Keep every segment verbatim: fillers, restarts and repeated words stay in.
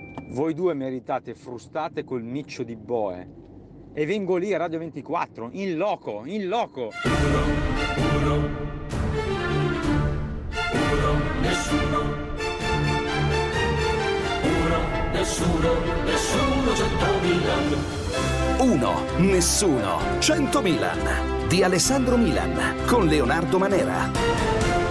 Voi due meritate frustate col miccio di boe. E vengo lì a Radio ventiquattro, in loco, in loco. Uno, uno, uno, nessuno. Uno, nessuno, nessuno, cento Milan. Uno, nessuno, cento Milan. Di Alessandro Milan, con Leonardo Manera.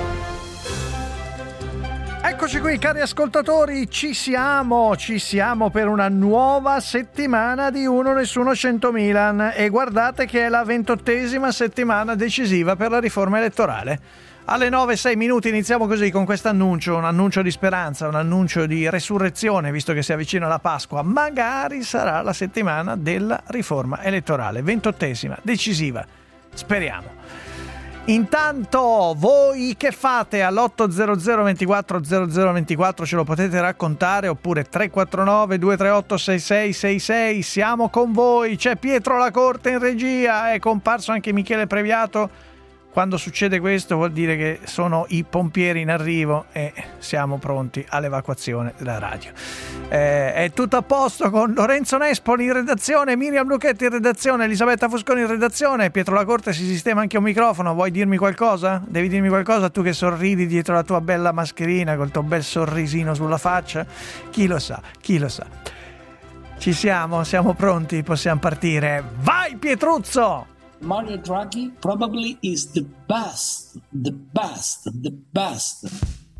Eccoci qui cari ascoltatori, ci siamo, ci siamo per una nuova settimana di Uno Nessuno cento Milan e guardate che è la ventottesima settimana decisiva per la riforma elettorale. Alle nove e sei minuti iniziamo così con questo annuncio, un annuncio di speranza, un annuncio di resurrezione visto che si avvicina la Pasqua. Magari sarà la settimana della riforma elettorale, ventottesima, decisiva, speriamo. Intanto voi che fate all'otto zero zero ventiquattro zero zero ventiquattro ce lo potete raccontare, oppure tre quattro nove due tre otto sei sei sei sei, siamo con voi, c'è Pietro Lacorte in regia, è comparso anche Michele Previato. Quando succede questo vuol dire che sono i pompieri in arrivo e siamo pronti all'evacuazione della radio. Eh, è tutto a posto con Lorenzo Nespoli in redazione, Miriam Lucchetti in redazione, Elisabetta Fusconi in redazione, Pietro Lacorte si sistema anche un microfono. Vuoi dirmi qualcosa? Devi dirmi qualcosa tu che sorridi dietro la tua bella mascherina col tuo bel sorrisino sulla faccia? Chi lo sa, chi lo sa. Ci siamo, siamo pronti, possiamo partire. Vai Pietruzzo! Mario Draghi probably is the best, the best, the best.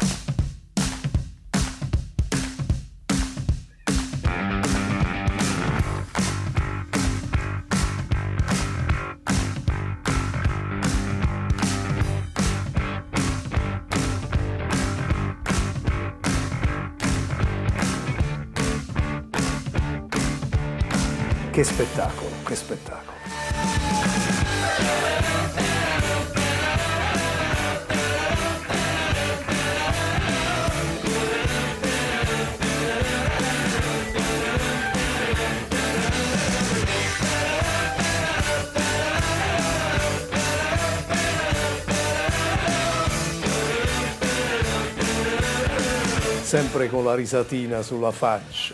Che spettacolo, che spettacolo. Sempre con la risatina sulla faccia.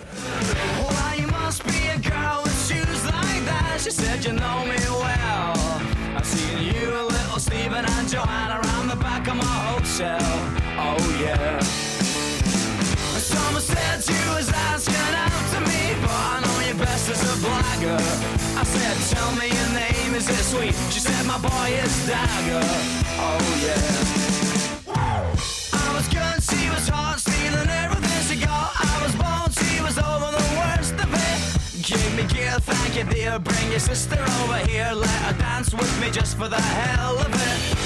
She said, you know me well. I've seen you, little Stephen and Joanna around the back of my hotel. Oh yeah. Someone said you was asking out to me, but I know you best as a blagger. I said, tell me your name, is it sweet? She said, my boy is Dagger. Oh yeah. I was good, she was hot, stealing everything she got. I was born, she was over the worst of it. Give me gear, thank you dear. Bring your sister over here. Let her dance with me just for the hell of it.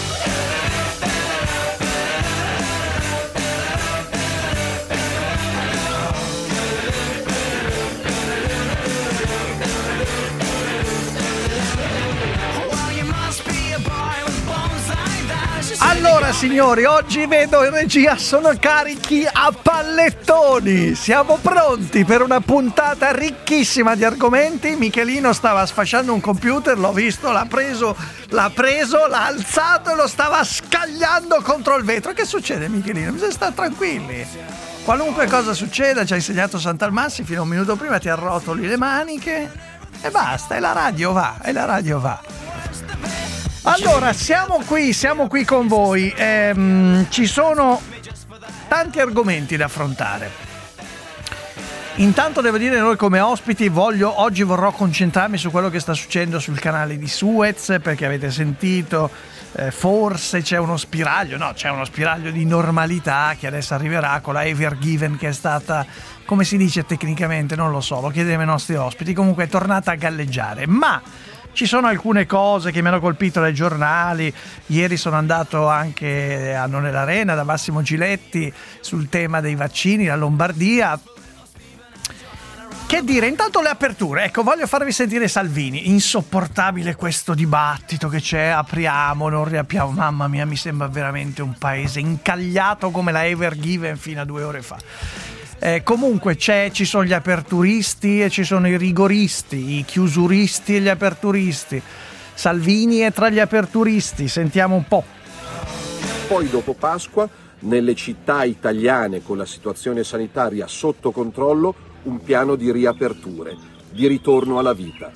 Allora signori, oggi vedo in regia sono carichi a pallettoni. Siamo pronti per una puntata ricchissima di argomenti. Michelino stava sfasciando un computer, l'ho visto, l'ha preso, l'ha preso, l'ha alzato e lo stava scagliando contro il vetro. Che succede Michelino? Bisogna stare tranquilli. Qualunque cosa succeda, ci ha insegnato Santalmassi, fino a un minuto prima ti arrotoli le maniche e basta, e la radio va, e la radio va. Allora, siamo qui, siamo qui con voi, ehm, ci sono tanti argomenti da affrontare. Intanto devo dire, noi come ospiti voglio, oggi vorrò concentrarmi su quello che sta succedendo sul canale di Suez, perché avete sentito, eh, forse c'è uno spiraglio, no, c'è uno spiraglio di normalità che adesso arriverà con la Ever Given, che è stata, come si dice tecnicamente, non lo so, lo chiederemo ai nostri ospiti, comunque è tornata a galleggiare, ma ci sono alcune cose che mi hanno colpito dai giornali. Ieri sono andato anche a Non è l'Arena da Massimo Giletti sul tema dei vaccini, la Lombardia. Che dire, intanto le aperture, ecco, voglio farvi sentire Salvini. Insopportabile questo dibattito che c'è, apriamo, non riapriamo, mamma mia, mi sembra veramente un paese incagliato come la Ever Given fino a due ore fa. Eh, comunque c'è, ci sono gli aperturisti e ci sono i rigoristi, i chiusuristi e gli aperturisti. Salvini è tra gli aperturisti, sentiamo un po'. Poi dopo Pasqua nelle città italiane con la situazione sanitaria sotto controllo un piano di riaperture, di ritorno alla vita.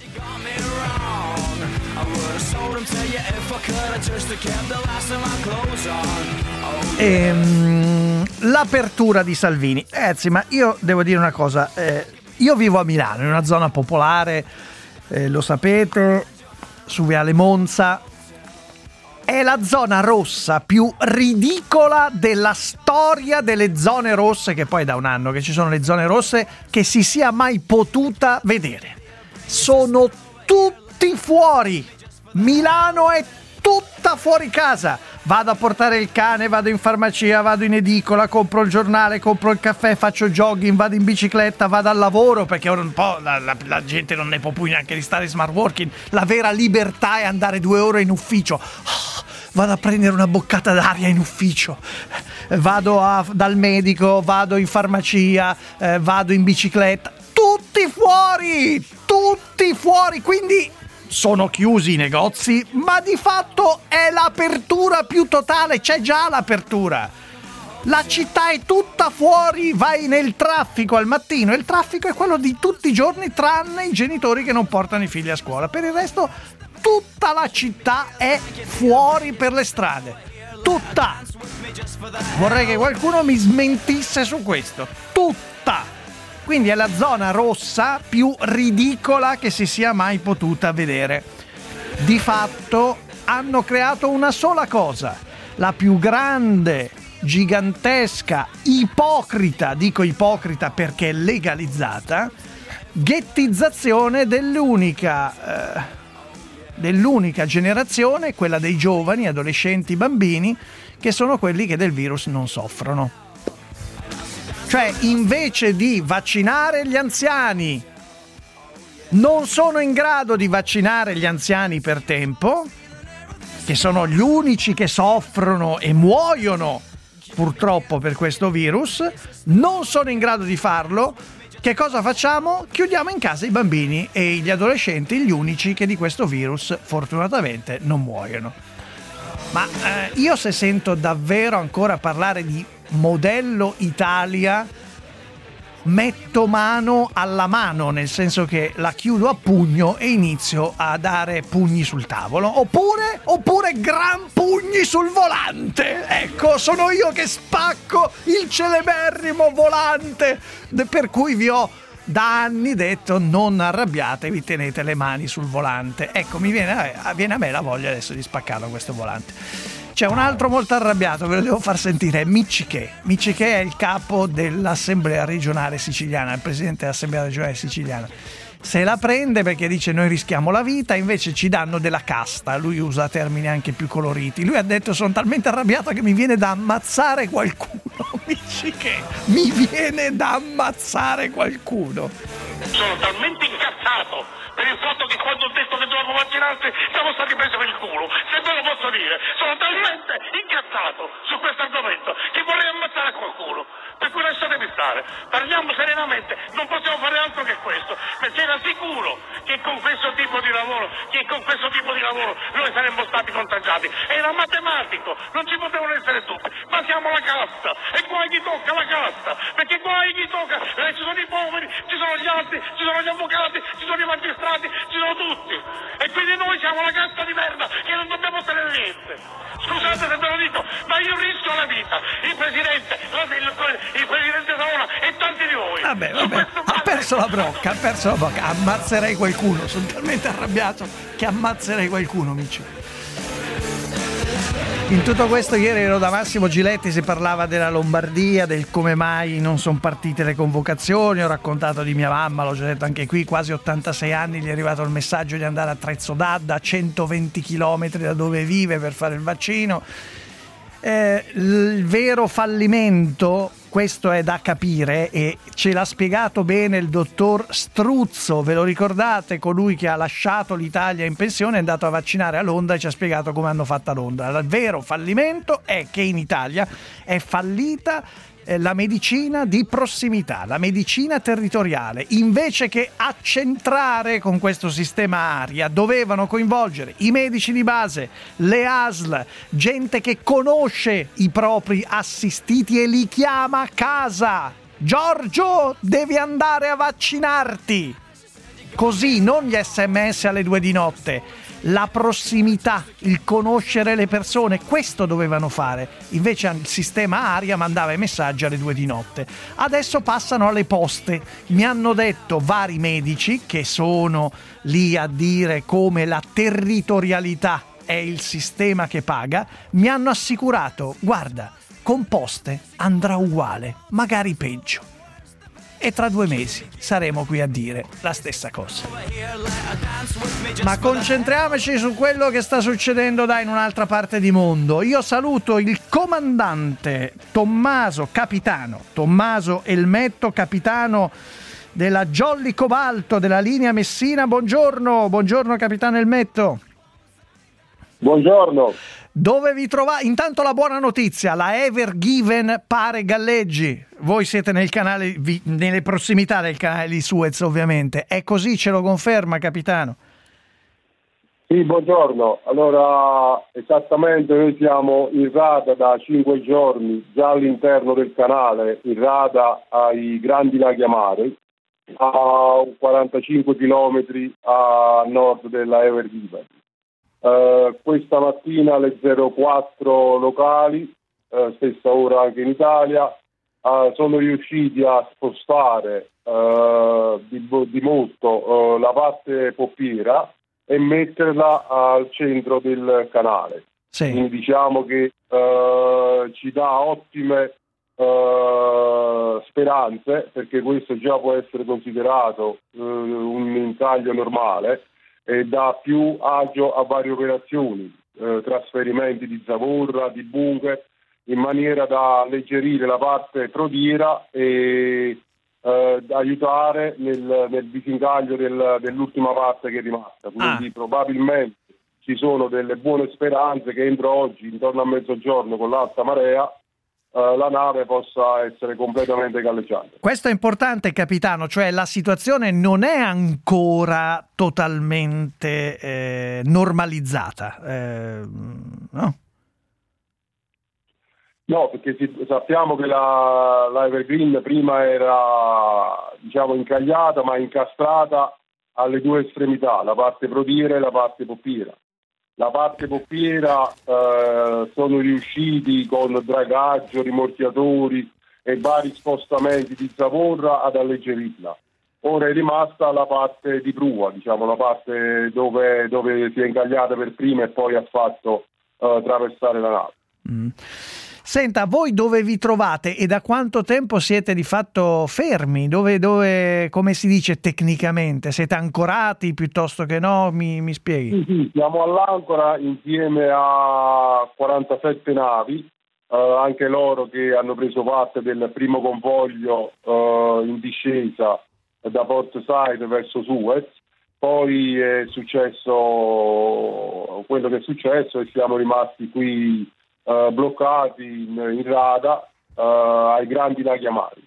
Ehm, l'apertura di Salvini. Eh, Anzi, ma io devo dire una cosa. Eh, io vivo a Milano, in una zona popolare, eh, lo sapete, su Viale Monza. È la zona rossa più ridicola della storia delle zone rosse, che poi è da un anno che ci sono le zone rosse, che si sia mai potuta vedere. Sono tutti fuori. Milano è tutta fuori casa. Vado a portare il cane, vado in farmacia, vado in edicola, compro il giornale, compro il caffè, faccio jogging, vado in bicicletta, vado al lavoro, perché ora un po' la, la, la gente non ne può più neanche di stare smart working. La vera libertà è andare due ore in ufficio. Oh, vado a prendere una boccata d'aria in ufficio, vado a, dal medico, vado in farmacia, eh, vado in bicicletta. Tutti fuori, tutti fuori, quindi sono chiusi i negozi, ma di fatto è l'apertura più totale, c'è già l'apertura. La città è tutta fuori, vai nel traffico al mattino, e il traffico è quello di tutti i giorni, tranne i genitori che non portano i figli a scuola. Per il resto tutta la città è fuori per le strade, tutta. Vorrei che qualcuno mi smentisse su questo, tutta. Quindi è la zona rossa più ridicola che si sia mai potuta vedere. Di fatto hanno creato una sola cosa, la più grande, gigantesca, ipocrita, dico ipocrita perché legalizzata, ghettizzazione dell'unica, eh, dell'unica generazione, quella dei giovani, adolescenti, bambini, che sono quelli che del virus non soffrono. Cioè, invece di vaccinare gli anziani, non sono in grado di vaccinare gli anziani per tempo, che sono gli unici che soffrono e muoiono purtroppo per questo virus, non sono in grado di farlo. Che cosa facciamo? Chiudiamo in casa i bambini e gli adolescenti, gli unici che di questo virus fortunatamente non muoiono. Ma eh, io se sento davvero ancora parlare di modello Italia, metto mano alla mano, nel senso che la chiudo a pugno e inizio a dare pugni sul tavolo, oppure, oppure gran pugni sul volante. Ecco, sono io che spacco il celeberrimo volante, per cui vi ho da anni detto: non arrabbiatevi, tenete le mani sul volante. Ecco, mi viene, viene a me la voglia adesso di spaccarlo questo volante. C'è un altro molto arrabbiato, ve lo devo far sentire, è Miccichè. Miccichè è il capo dell'Assemblea regionale siciliana, il presidente dell'Assemblea regionale siciliana. Se la prende perché dice: noi rischiamo la vita, invece ci danno della casta. Lui usa termini anche più coloriti. Lui ha detto: sono talmente arrabbiato che mi viene da ammazzare qualcuno. Miccichè, mi viene da ammazzare qualcuno. Sono talmente incazzato per il fatto che quando ho detto che dovevamo vaccinarsi siamo stati presi per il culo. Se ve lo posso dire, sono talmente incazzato su questo argomento che vorrei ammazzare qualcuno. Per cui lasciatemi stare, parliamo serenamente, non possiamo fare altro che questo, perché era sicuro che con questo tipo di lavoro, che con questo tipo di lavoro noi saremmo stati contagiati. Era matematico, non ci potevano essere dubbi, ma siamo la casta, e guai gli tocca la casta, perché guai gli tocca, eh, ci sono i poveri, ci sono gli altri, ci sono gli avvocati, ci sono i magistrati, ci sono tutti, e quindi noi siamo la casta di merda che non dobbiamo tenere niente. Scusate se ve lo dico, ma io rischio la vita, il presidente, il, il presidente Saona e tanti di voi. Vabbè, vabbè, ha perso la brocca, ha perso la brocca, ammazzerei qualcuno, sono talmente arrabbiato che ammazzerei qualcuno, amici. In tutto questo ieri ero da Massimo Giletti, si parlava della Lombardia, del come mai non sono partite le convocazioni, ho raccontato di mia mamma, l'ho già detto anche qui, quasi ottantasei anni, gli è arrivato il messaggio di andare a Trezzo d'Adda, a centoventi chilometri da dove vive, per fare il vaccino. Eh, il vero fallimento, questo è da capire e ce l'ha spiegato bene il dottor Struzzo, ve lo ricordate? Colui che ha lasciato l'Italia in pensione, è andato a vaccinare a Londra e ci ha spiegato come hanno fatto a Londra. Il vero fallimento è che in Italia è fallita eh, la medicina di prossimità, la medicina territoriale. Invece che accentrare con questo sistema ARIA, dovevano coinvolgere i medici di base, le A S L, gente che conosce i propri assistiti e li chiama a casa. Giorgio, devi andare a vaccinarti. Così, non gli sms alle due di notte. La prossimità, il conoscere le persone, questo dovevano fare. Invece il sistema ARIA mandava i messaggi alle due di notte. Adesso passano alle poste. Mi hanno detto vari medici che sono lì a dire come la territorialità è il sistema che paga, mi hanno assicurato, guarda, con poste andrà uguale, magari peggio. E tra due mesi saremo qui a dire la stessa cosa. Ma concentriamoci su quello che sta succedendo da in un'altra parte di mondo. Io saluto il comandante Tommaso Capitano, Tommaso Elmetto, capitano della Jolly Cobalto della linea Messina. Buongiorno, buongiorno capitano Elmetto. Buongiorno. Dove vi trovate? Intanto la buona notizia, la Ever Given pare galleggi. Voi siete nel canale, vi, nelle prossimità del canale di Suez ovviamente. È così, ce lo conferma capitano? Sì, buongiorno. Allora, esattamente noi siamo in rada da cinque giorni già all'interno del canale, in rada ai Grandi Laghi Amari, a quarantacinque chilometri a nord della Ever Given. Uh, questa mattina alle zero quattro locali, uh, stessa ora anche in Italia, uh, sono riusciti a spostare uh, di, di molto uh, la parte poppiera e metterla al centro del canale. Sì. Quindi diciamo che uh, ci dà ottime uh, speranze, perché questo già può essere considerato uh, un intaglio normale e dà più agio a varie operazioni, eh, trasferimenti di zavorra, di bunker, in maniera da alleggerire la parte prodiera e eh, aiutare nel, nel disingaglio del, dell'ultima parte che è rimasta. Quindi ah. probabilmente ci sono delle buone speranze che entro oggi, intorno a mezzogiorno, con l'alta marea, Uh, la nave possa essere completamente galleggiante. Questo è importante capitano, cioè la situazione non è ancora totalmente eh, normalizzata, eh, no? No, perché si, sappiamo che la, la Evergreen prima era, diciamo, incagliata ma incastrata alle due estremità, la parte prodiera e la parte poppiera. La parte poppiera eh, sono riusciti con dragaggio, rimorchiatori e vari spostamenti di zavorra ad alleggerirla. Ora è rimasta la parte di prua, diciamo la parte dove, dove si è incagliata per prima e poi ha fatto eh, traversare la nave. Mm. Senta, voi dove vi trovate e da quanto tempo siete di fatto fermi? Dove, dove come si dice tecnicamente? Siete ancorati piuttosto che no? Mi, mi spieghi? Sì, sì, siamo all'ancora insieme a quarantasette navi, eh, anche loro che hanno preso parte del primo convoglio eh, in discesa da Port Said verso Suez. Poi è successo quello che è successo e siamo rimasti qui Uh, bloccati in, in rada uh, ai Grandi Laghi Amari.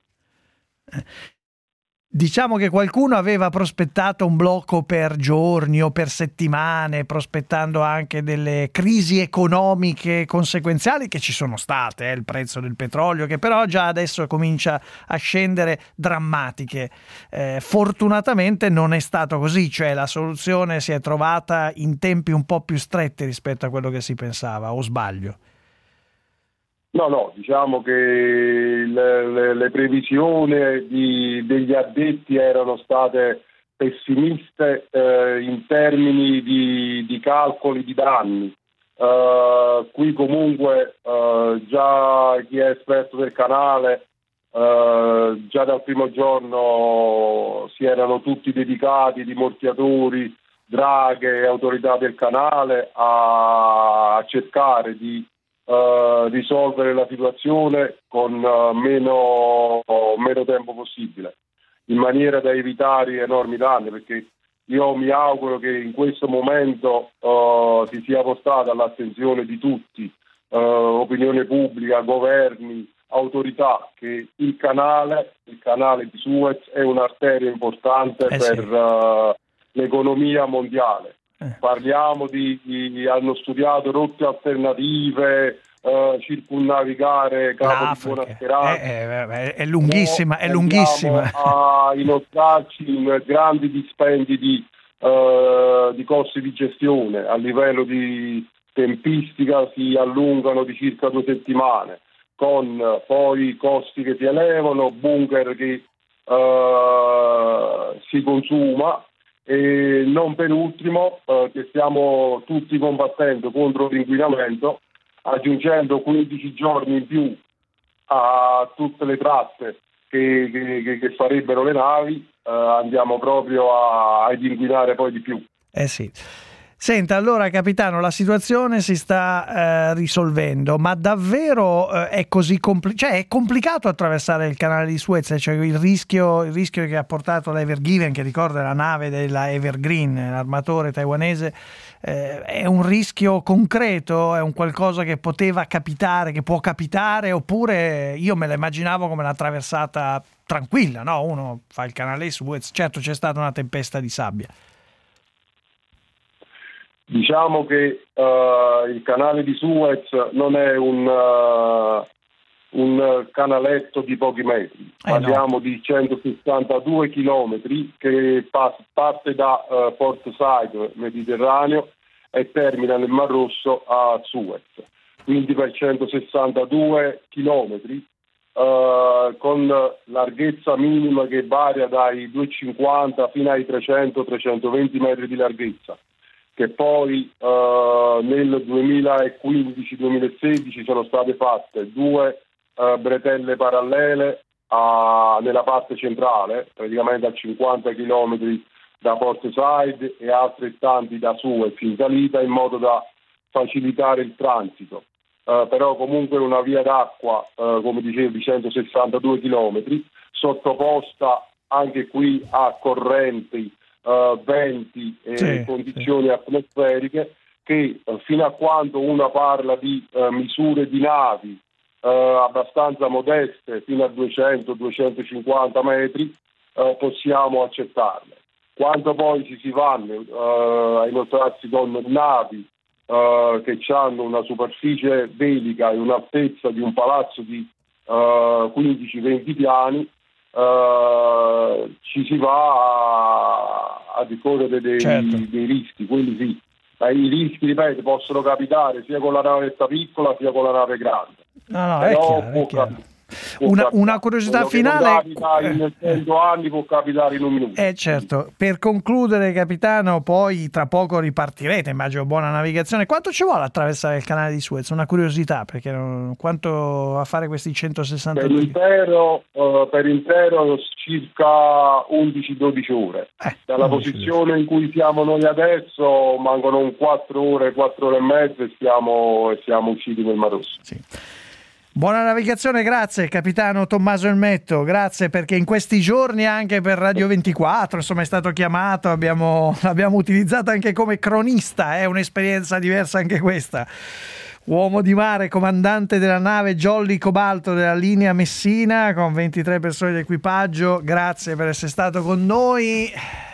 Diciamo che qualcuno aveva prospettato un blocco per giorni o per settimane, prospettando anche delle crisi economiche conseguenziali che ci sono state, eh, il prezzo del petrolio che però già adesso comincia a scendere, drammatiche. Eh, fortunatamente non è stato così, cioè la soluzione si è trovata in tempi un po' più stretti rispetto a quello che si pensava, o sbaglio? No, no, diciamo che le, le, le previsioni di, degli addetti erano state pessimiste eh, in termini di, di calcoli di danni. Uh, qui comunque uh, già chi è esperto del canale uh, già dal primo giorno si erano tutti dedicati, rimorchiatori, draghe e autorità del canale a, a cercare di Uh, risolvere la situazione con uh, meno, uh, meno tempo possibile, in maniera da evitare enormi danni, perché io mi auguro che in questo momento uh, si sia portata all'attenzione di tutti, uh, opinione pubblica, governi, autorità che il canale, il canale di Suez è un'arteria importante eh per sì. uh, l'economia mondiale. Eh. Parliamo di, di, hanno studiato rotte alternative, uh, circumnavigare Capo di Buona Speranza. È, è, è lunghissima, è Andiamo lunghissima. a inoltrarci in grandi dispendi di, uh, di costi di gestione a livello di tempistica, si allungano di circa due settimane, con uh, poi costi che si elevano, bunker che uh, si consuma. E non per ultimo eh, che stiamo tutti combattendo contro l'inquinamento, aggiungendo quindici giorni in più a tutte le tratte che, che, che farebbero le navi, eh, andiamo proprio a, ad inquinare poi di più. Eh sì. Senta, allora capitano, la situazione si sta eh, risolvendo, ma davvero eh, è così complicato? Cioè è complicato attraversare il canale di Suez? Cioè il rischio, il rischio che ha portato l'Ever Given, che ricorda la nave della Evergreen, l'armatore taiwanese, eh, è un rischio concreto? È un qualcosa che poteva capitare, che può capitare? Oppure io me la immaginavo come una traversata tranquilla, no? Uno fa il canale di Suez, certo c'è stata una tempesta di sabbia. Diciamo che uh, il canale di Suez non è un, uh, un canaletto di pochi metri, eh parliamo no. di centosessantadue chilometri che pass- parte da uh, Port Said, Mediterraneo, e termina nel Mar Rosso a Suez. Quindi per centosessantadue chilometri, uh, con larghezza minima che varia dai duecentocinquanta fino ai trecento trecentoventi metri di larghezza, che poi uh, nel duemilaquindici duemilasedici sono state fatte due uh, bretelle parallele a, nella parte centrale, praticamente a cinquanta chilometri da Port Said e altrettanti da Suez in salita, in modo da facilitare il transito. Uh, però comunque una via d'acqua, uh, come dicevo, di centosessantadue chilometri, sottoposta anche qui a correnti, Uh, venti e sì, condizioni sì. atmosferiche che uh, fino a quando uno parla di uh, misure di navi uh, abbastanza modeste, fino a duecento duecentocinquanta metri, uh, possiamo accettarle. Quando poi ci si vanno uh, a inoltrarsi con navi uh, che hanno una superficie velica e un'altezza di un palazzo di uh, quindici venti piani, Uh, ci si va a, a decorrere dei, certo. dei rischi, quelli sì. Ma i rischi, ripeto, possono capitare sia con la navetta piccola sia con la nave grande. No, no, Però è chiaro, può è chiaro. capitare. Una, una curiosità finale. Capita in cento anni può capitare in un minuto. Eh certo, per concludere capitano, poi tra poco ripartirete, immagino buona navigazione. Quanto ci vuole attraversare il canale di Suez? Una curiosità, perché non, quanto a fare questi centosessantadue? Per intero, uh, per intero circa undici dodici ore. Eh, Dalla posizione in cui siamo noi adesso mancano un quattro ore, quattro ore e mezza e siamo, e siamo usciti nel Mar Rosso. Sì. Buona navigazione, grazie capitano Tommaso Elmetto, grazie, perché in questi giorni anche per Radio ventiquattro insomma è stato chiamato, abbiamo, l'abbiamo utilizzato anche come cronista, è un'esperienza diversa anche questa. Uomo di mare, comandante della nave Jolly Cobalto della linea Messina con ventitré persone di equipaggio, grazie per essere stato con noi.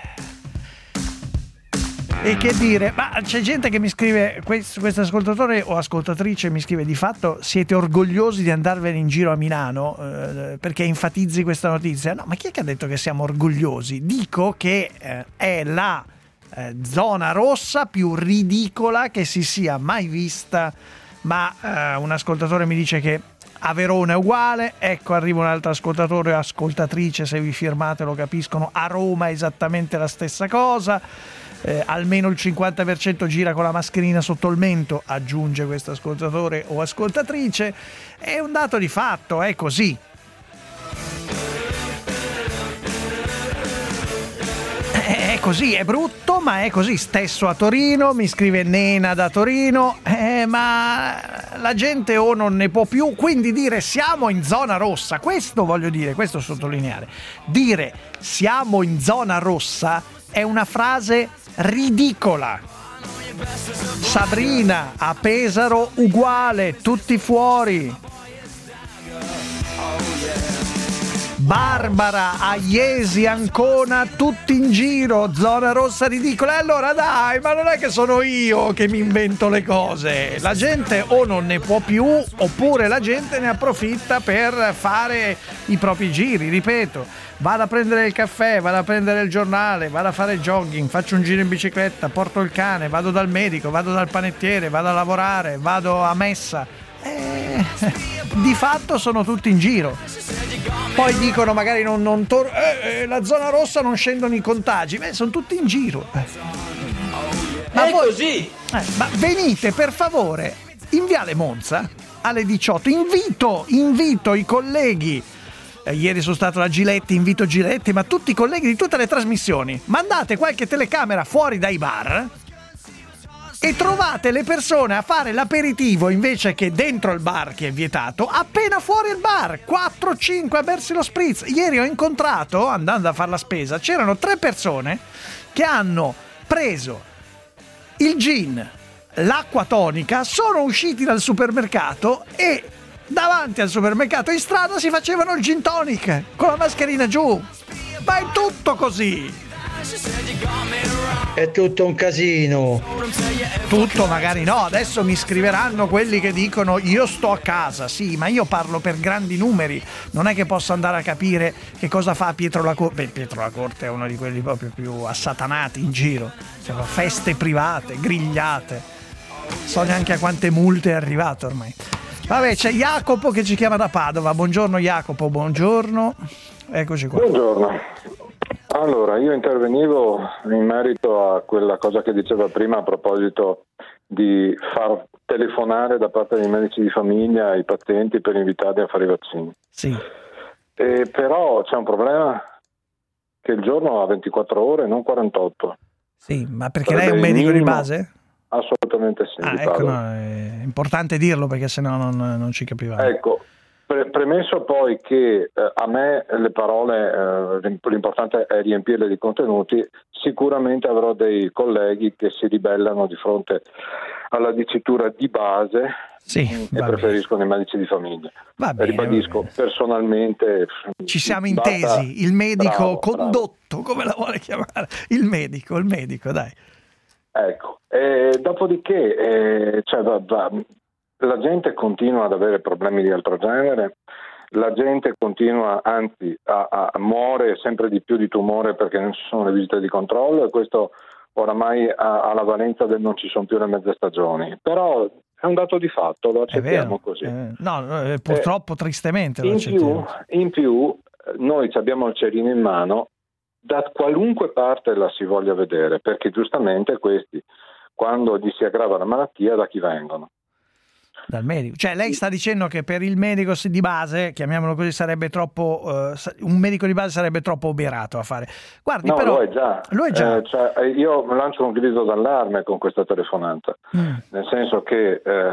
E che dire, ma c'è gente che mi scrive, questo, questo ascoltatore o ascoltatrice mi scrive: di fatto siete orgogliosi di andarvene in giro a Milano eh, perché enfatizzi questa notizia? No, ma chi è che ha detto che siamo orgogliosi? Dico che eh, è la eh, zona rossa più ridicola che si sia mai vista, ma eh, un ascoltatore mi dice che a Verona è uguale, ecco arriva un altro ascoltatore o ascoltatrice, se vi firmate lo capiscono, a Roma è esattamente la stessa cosa. Eh, almeno il cinquanta per cento gira con la mascherina sotto il mento, aggiunge questo ascoltatore o ascoltatrice. È un dato di fatto, è così. È così, è brutto, ma è così. Stesso a Torino, mi scrive Nena da Torino, eh, ma la gente o non ne può più, quindi dire siamo in zona rossa, questo voglio dire, questo sottolineare, dire siamo in zona rossa è una frase ridicola. Sabrina, a Pesaro uguale, tutti fuori. Barbara, a Iesi, Ancona, tutti in giro, zona rossa ridicola. E allora dai, ma non è che sono io che mi invento le cose. La gente o non ne può più, oppure la gente ne approfitta per fare i propri giri, ripeto. Vado a prendere il caffè, vado a prendere il giornale, vado a fare jogging, faccio un giro in bicicletta, porto il cane, vado dal medico, vado dal panettiere, vado a lavorare, vado a messa. Eh, di fatto sono tutti in giro. Poi dicono magari non, non tor- eh, eh, la zona rossa non scendono i contagi. Beh, sono tutti in giro. Eh. Ma è voi, così. Eh, ma venite per favore in Viale Monza alle diciotto. Invito, invito i colleghi. Eh, ieri sono stato da Giletti, invito Giletti, ma tutti i colleghi di tutte le trasmissioni. Mandate qualche telecamera fuori dai bar e trovate le persone a fare l'aperitivo invece che dentro il bar, che è vietato, appena fuori il bar, quattro cinque a bersi lo spritz. Ieri ho incontrato, andando a fare la spesa, c'erano tre persone che hanno preso il gin, l'acqua tonica, sono usciti dal supermercato e davanti al supermercato in strada si facevano il gin tonic con la mascherina giù. Ma è tutto così. È tutto un casino. Tutto magari no, adesso mi scriveranno quelli che dicono io sto a casa. Sì, ma io parlo per grandi numeri, non è che posso andare a capire che cosa fa Pietro la Corte. Beh, Pietro la Corte è uno di quelli proprio più assatanati in giro, cioè, feste private, grigliate, so neanche a quante multe è arrivato ormai. Vabbè, c'è Jacopo che ci chiama da Padova. Buongiorno Jacopo, buongiorno, eccoci qua. Buongiorno. Allora, io intervenivo in merito a quella cosa che diceva prima a proposito di far telefonare da parte dei medici di famiglia ai pazienti per invitarli a fare i vaccini. Sì. E però c'è un problema, che il giorno ha ventiquattro ore, non quarantotto. Sì, ma perché lei è un medico di base? Assolutamente sì. Ah, ecco, no, è importante dirlo perché sennò non, non ci capivamo. Ecco. Premesso poi che eh, a me le parole, eh, l'importante è riempirle di contenuti, sicuramente avrò dei colleghi che si ribellano di fronte alla dicitura di base, sì, e preferiscono bene. I medici di famiglia. Va bene, Ribadisco, personalmente ci siamo intesi, basta, il medico bravo, condotto, bravo. Come la vuole chiamare? Il medico, il medico, dai. Ecco, e dopodiché eh, cioè, va, va, la gente continua ad avere problemi di altro genere, la gente continua, anzi, a, a muore sempre di più di tumore perché non ci sono le visite di controllo, e questo oramai ha, ha la valenza del non ci sono più le mezze stagioni. Però è un dato di fatto, lo accettiamo così. Eh, no, eh, purtroppo, eh, tristemente lo in accettiamo. Più, in più, noi abbiamo il cerino in mano, da qualunque parte la si voglia vedere, perché giustamente questi, quando gli si aggrava la malattia, da chi vengono? Dal medico. Cioè lei sta dicendo che per il medico di base, chiamiamolo così, sarebbe troppo uh, un medico di base sarebbe troppo oberato a fare. Guardi, no, però lo è già, lo è già. Eh, cioè, io lancio un grido d'allarme con questa telefonata, mm. nel senso che eh,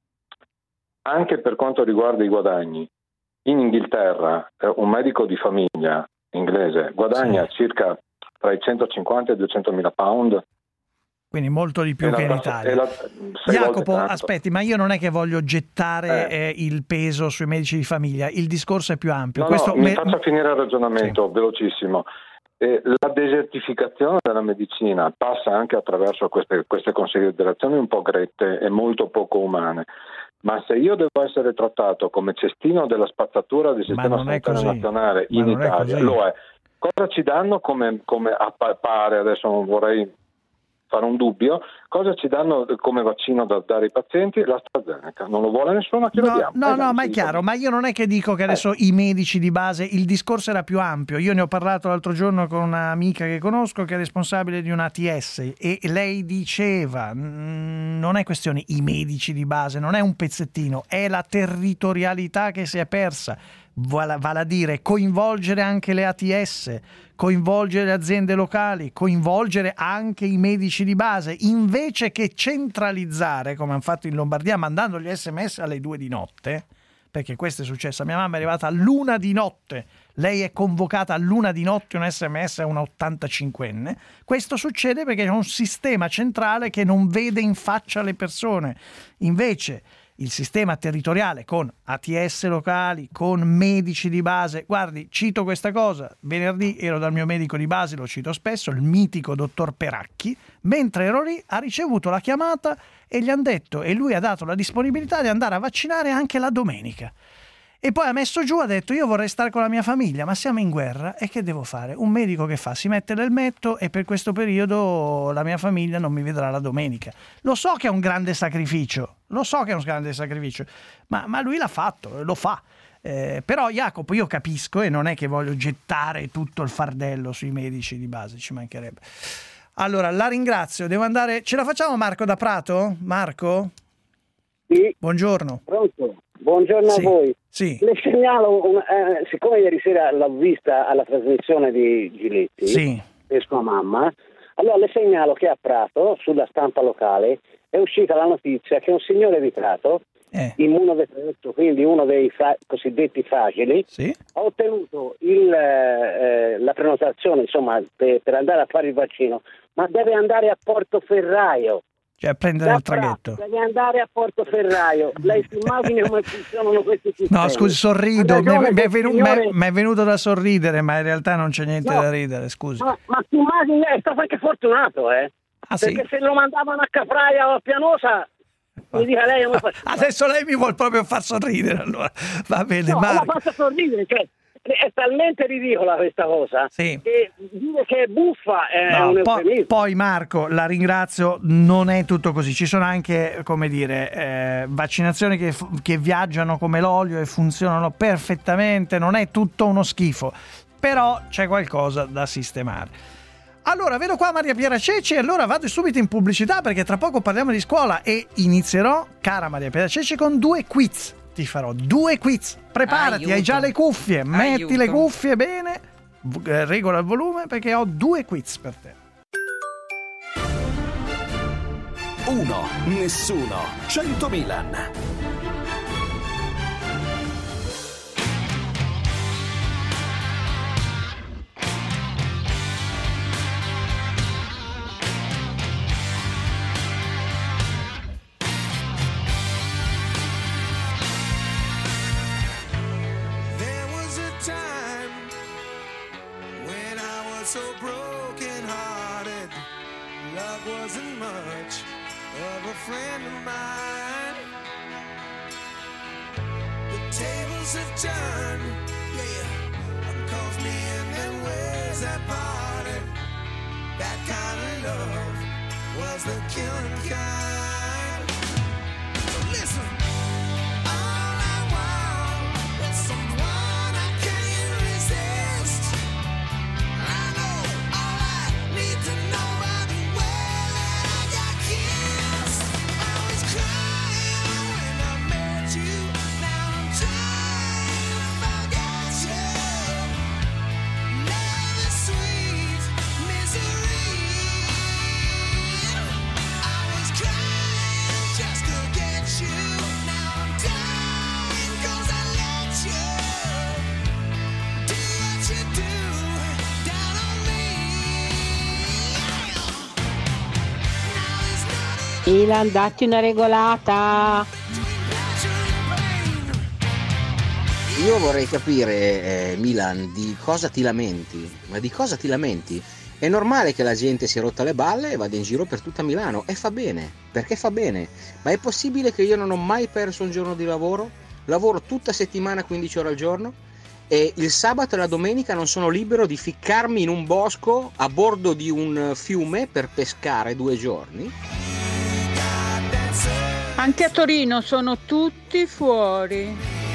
anche per quanto riguarda i guadagni, in Inghilterra eh, un medico di famiglia inglese guadagna sì. circa tra i centocinquanta e i duecentomila pound. Quindi molto di più e che in Italia. La, Jacopo, aspetti, ma io non è che voglio gettare eh. Eh, il peso sui medici di famiglia, il discorso è più ampio. No, Questo no, me... mi faccia finire il ragionamento, sì. velocissimo. Eh, la desertificazione della medicina passa anche attraverso queste, queste considerazioni un po' grette e molto poco umane. Ma se io devo essere trattato come cestino della spazzatura del sistema sanitario nazionale in Italia, lo è. Cosa ci danno come, come appare, adesso non vorrei fare un dubbio, cosa ci danno come vaccino da dare ai pazienti? l'AstraZeneca, non lo vuole nessuno, chi no, lo diamo? No, eh, no, ma è chiaro, ma io non è che dico che adesso eh. i medici di base, il discorso era più ampio. Io ne ho parlato l'altro giorno con un'amica che conosco che è responsabile di un A T S e lei diceva mh, non è questione i medici di base, non è un pezzettino, è la territorialità che si è persa. Vale a dire coinvolgere anche le A T S, coinvolgere le aziende locali, coinvolgere anche i medici di base, invece che centralizzare come hanno fatto in Lombardia mandando gli sms alle due di notte, perché questo è successo. Mia mamma è arrivata all'una di notte, lei è convocata all'una di notte, un sms a una ottantacinquenne. Questo succede perché c'è un sistema centrale che non vede in faccia le persone. Invece il sistema territoriale con A T S locali, con medici di base. Guardi, cito questa cosa, venerdì ero dal mio medico di base, lo cito spesso, il mitico dottor Peracchi, mentre ero lì ha ricevuto la chiamata e gli hanno detto, e lui ha dato la disponibilità di andare a vaccinare anche la domenica. E poi ha messo giù, ha detto io vorrei stare con la mia famiglia, ma siamo in guerra e che devo fare? Un medico che fa? Si mette l'elmetto e per questo periodo la mia famiglia non mi vedrà la domenica. Lo so che è un grande sacrificio, lo so che è un grande sacrificio, ma, ma lui l'ha fatto, lo fa. Eh, però Jacopo, io capisco e non è che voglio gettare tutto il fardello sui medici di base, ci mancherebbe. Allora, la ringrazio, devo andare... Ce la facciamo Marco da Prato? Marco? Sì. Buongiorno. Pronto? Buongiorno sì, a voi. Sì. Le segnalo, una, eh, siccome ieri sera l'ho vista alla trasmissione di Giletti sì. e sua mamma, allora le segnalo che a Prato, sulla stampa locale, è uscita la notizia che un signore di Prato, eh. immunodepresso, quindi uno dei fra- cosiddetti fragili, sì. ha ottenuto il, eh, la prenotazione insomma per, per andare a fare il vaccino, ma deve andare a Portoferraio. Cioè a prendere il traghetto. Deve andare a Portoferraio. Lei si immagina come funzionano questi sistemi? No, scusi, sorrido. Mi è, mi, è venu- signore... mi è venuto da sorridere, ma in realtà non c'è niente no. da ridere, scusi. Ma, ma si immagina, è stato anche fortunato, eh? Ah, perché sì? se lo mandavano a Capraia o a Pianosa, mi dica lei come fa... Adesso lei mi vuol proprio far sorridere, allora. Va bene, no, Marco. ma faccia sorridere, cioè... È talmente ridicola questa cosa sì. che dire che è buffa è no, un poi, eufemismo. Poi Marco, la ringrazio, non è tutto così, ci sono anche, come dire, eh, vaccinazioni che, che viaggiano come l'olio e funzionano perfettamente, non è tutto uno schifo, però c'è qualcosa da sistemare. Allora, vedo qua Maria Piera Ceci e allora vado subito in pubblicità perché tra poco parliamo di scuola e inizierò, cara Maria Piera Ceci, con due quiz. Ti farò due quiz. Preparati, Aiuto. Hai già le cuffie, metti Aiuto. le cuffie bene, regola il volume perché ho due quiz per te. Uno, nessuno, cento Milan. So broken hearted, love wasn't much of a friend of mine. The tables have turned, yeah, one calls me in and where's that party? That kind of love was the killing kind. So listen, all I want is someone I can't resist. Milan, datti una regolata. Io vorrei capire, eh, Milan, di cosa ti lamenti? Ma di cosa ti lamenti? È normale che la gente si è rotta le balle e vada in giro per tutta Milano e fa bene, perché fa bene. Ma è possibile che io non ho mai perso un giorno di lavoro? Lavoro tutta settimana quindici ore al giorno e il sabato e la domenica non sono libero di ficcarmi in un bosco a bordo di un fiume per pescare due giorni? Anche a Torino sono tutti fuori.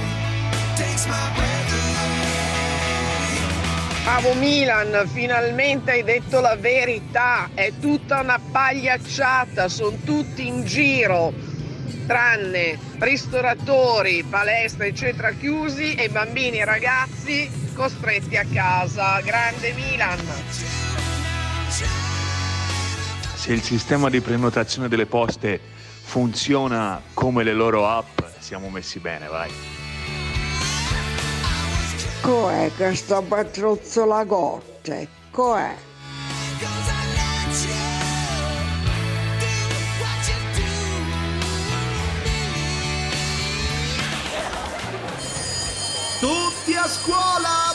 Bravo Milan, finalmente hai detto la verità, è tutta una pagliacciata, sono tutti in giro, tranne ristoratori, palestre eccetera chiusi e bambini e ragazzi costretti a casa. Grande Milan! Se il sistema di prenotazione delle poste funziona come le loro app, siamo messi bene, vai. Com'è che sto patruzzo la gotte? Com'è? Tutti a scuola!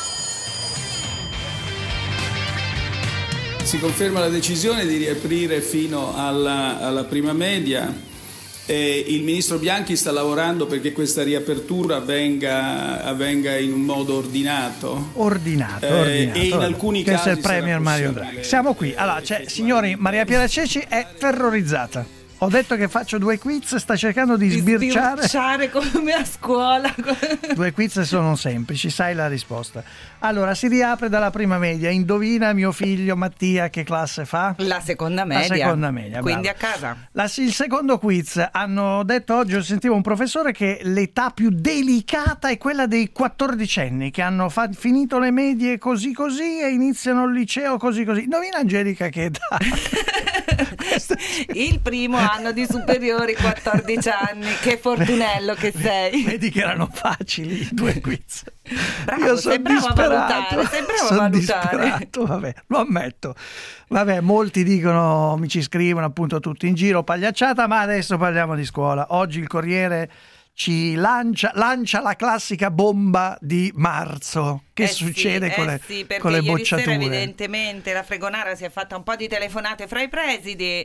Si conferma la decisione di riaprire fino alla, alla prima media. E il ministro Bianchi sta lavorando perché questa riapertura avvenga, avvenga in un modo ordinato. Ordinato, eh, ordinato. E in alcuni Questo casi è il Premier Mario Draghi. Siamo qui. Allora, cioè, signori, Maria Piera Ceci è terrorizzata. Ho detto che faccio due quiz, sta cercando di, di sbirciare. sbirciare come a scuola. Due quiz sono semplici, sai la risposta. Allora, si riapre dalla prima media. Indovina mio figlio Mattia che classe fa? La seconda media. La seconda media, quindi bravo. a casa. La, il secondo quiz, hanno detto oggi, ho sentivo un professore che l'età più delicata è quella dei quattordicenni che hanno fa- finito le medie così così e iniziano il liceo così così. Indovina Angelica che età? Il primo anno di superiori, quattordici anni, che fortunello che sei. Vedi che erano facili i due quiz. Bravo, Io sono sei bravo a disperato, valutare, sei bravo a sono valutare. disperato, vabbè, lo ammetto. Vabbè, molti dicono, mi ci scrivono appunto tutti in giro, pagliacciata, ma adesso parliamo di scuola. Oggi il Corriere ci lancia, lancia la classica bomba di marzo. Che eh succede sì, con, eh le, sì, perché con le ieri bocciature? sera evidentemente la Fregonara si è fatta un po' di telefonate fra i presidi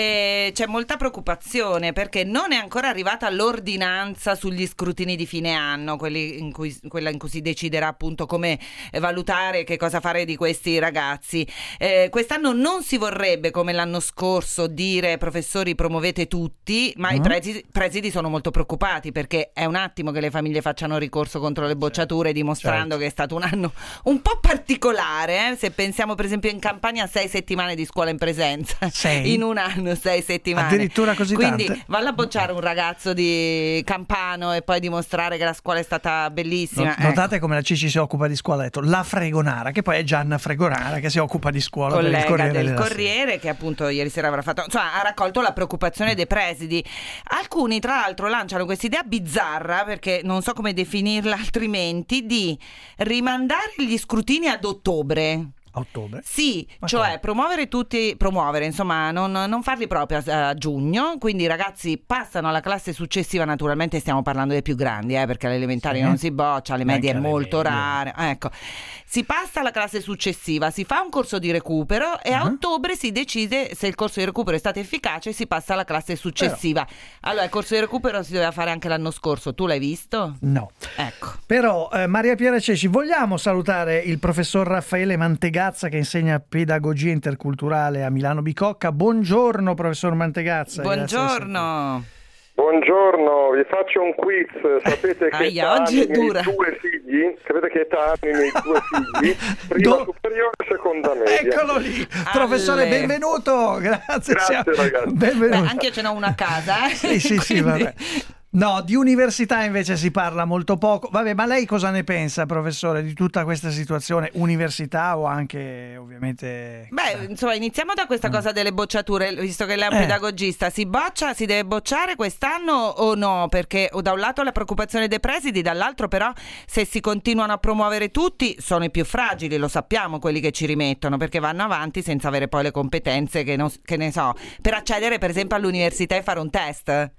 e c'è molta preoccupazione perché non è ancora arrivata l'ordinanza sugli scrutini di fine anno, quelli in cui, quella in cui si deciderà appunto come valutare che cosa fare di questi ragazzi. Eh, quest'anno non si vorrebbe, come l'anno scorso, dire professori promuovete tutti, ma mm. i presidi, presidi sono molto preoccupati perché è un attimo che le famiglie facciano ricorso contro le bocciature, dimostrando certo. che è stato un anno un po' particolare, eh? Se pensiamo per esempio in Campania sei settimane di scuola in presenza, sei? In un anno sei settimane, addirittura così quindi tante? Valla a bocciare un ragazzo di Campano e poi dimostrare che la scuola è stata bellissima. No, notate ecco. come la Cici si occupa di scuola, ha detto la Fregonara, che poi è Gianna Fregonara che si occupa di scuola, collega per il Corriere del Corriere Sera. Che appunto ieri sera avrà fatto, insomma, ha raccolto la preoccupazione dei presidi. Alcuni tra l'altro lanciano questa idea bizzarra, perché non so come definirla altrimenti, di rimandare gli scrutini ad ottobre. A ottobre? Sì, Ma cioè come? promuovere tutti, promuovere, insomma, non, non farli proprio a, a giugno, quindi i ragazzi passano alla classe successiva, naturalmente stiamo parlando dei più grandi, eh, perché alle elementari sì. non si boccia, alle medie è molto medie. rare, ecco. Si passa alla classe successiva, si fa un corso di recupero e uh-huh. a ottobre si decide se il corso di recupero è stato efficace e si passa alla classe successiva. Però. Allora, il corso di recupero si doveva fare anche l'anno scorso, tu l'hai visto? No. Ecco. Però, eh, Maria Piera Ceci, vogliamo salutare il professor Raffaele Mantegazza che insegna pedagogia interculturale a Milano Bicocca. Buongiorno, professor Mantegazza. Buongiorno. Buongiorno, vi faccio un quiz. Sapete che Aia, oggi è dura. I due figli? Sapete che età hanno i miei due figli? Prima Do... superiore e seconda media. Eccolo lì, professore, Alle... benvenuto. Grazie, Grazie ragazzi. Benvenuto. Beh, anche io ce n'ho una a casa. Eh? Sì, sì, sì, vabbè. No, di università invece si parla molto poco. Vabbè, ma lei cosa ne pensa, professore, di tutta questa situazione? Università o anche, ovviamente... Beh, insomma, iniziamo da questa cosa delle bocciature, visto che lei è un Eh. pedagogista. Si boccia, si deve bocciare quest'anno o no? Perché o da un lato la preoccupazione dei presidi, dall'altro però se si continuano a promuovere tutti, sono i più fragili, lo sappiamo, quelli che ci rimettono, perché vanno avanti senza avere poi le competenze che, non, che ne so, per accedere per esempio all'università e fare un test.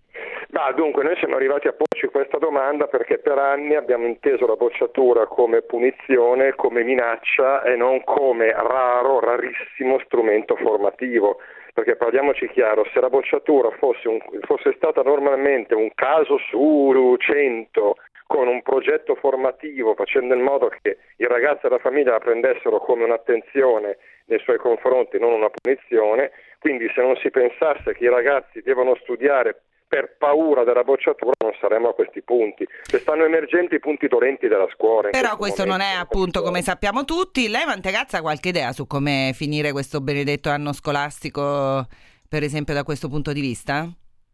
Ma dunque noi siamo arrivati a porci questa domanda perché per anni abbiamo inteso la bocciatura come punizione, come minaccia e non come raro, rarissimo strumento formativo. Perché parliamoci chiaro, se la bocciatura fosse, un, fosse stata normalmente un caso su cento con un progetto formativo, facendo in modo che il ragazzo e la famiglia la prendessero come un'attenzione nei suoi confronti, non una punizione, quindi se non si pensasse che i ragazzi devono studiare per paura della bocciatura non saremo a questi punti. Se stanno emergendo i punti dolenti della scuola. Però questo non è appunto come sappiamo tutti. Lei Mantegazza ha qualche idea su come finire questo benedetto anno scolastico, per esempio da questo punto di vista?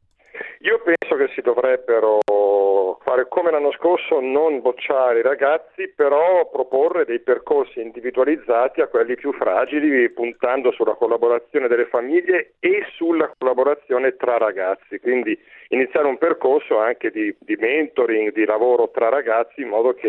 Io penso che si dovrebbero fare come l'anno scorso, non bocciare i ragazzi, però proporre dei percorsi individualizzati a quelli più fragili, puntando sulla collaborazione delle famiglie e sulla collaborazione tra ragazzi. Quindi iniziare un percorso anche di, di mentoring, di lavoro tra ragazzi, in modo che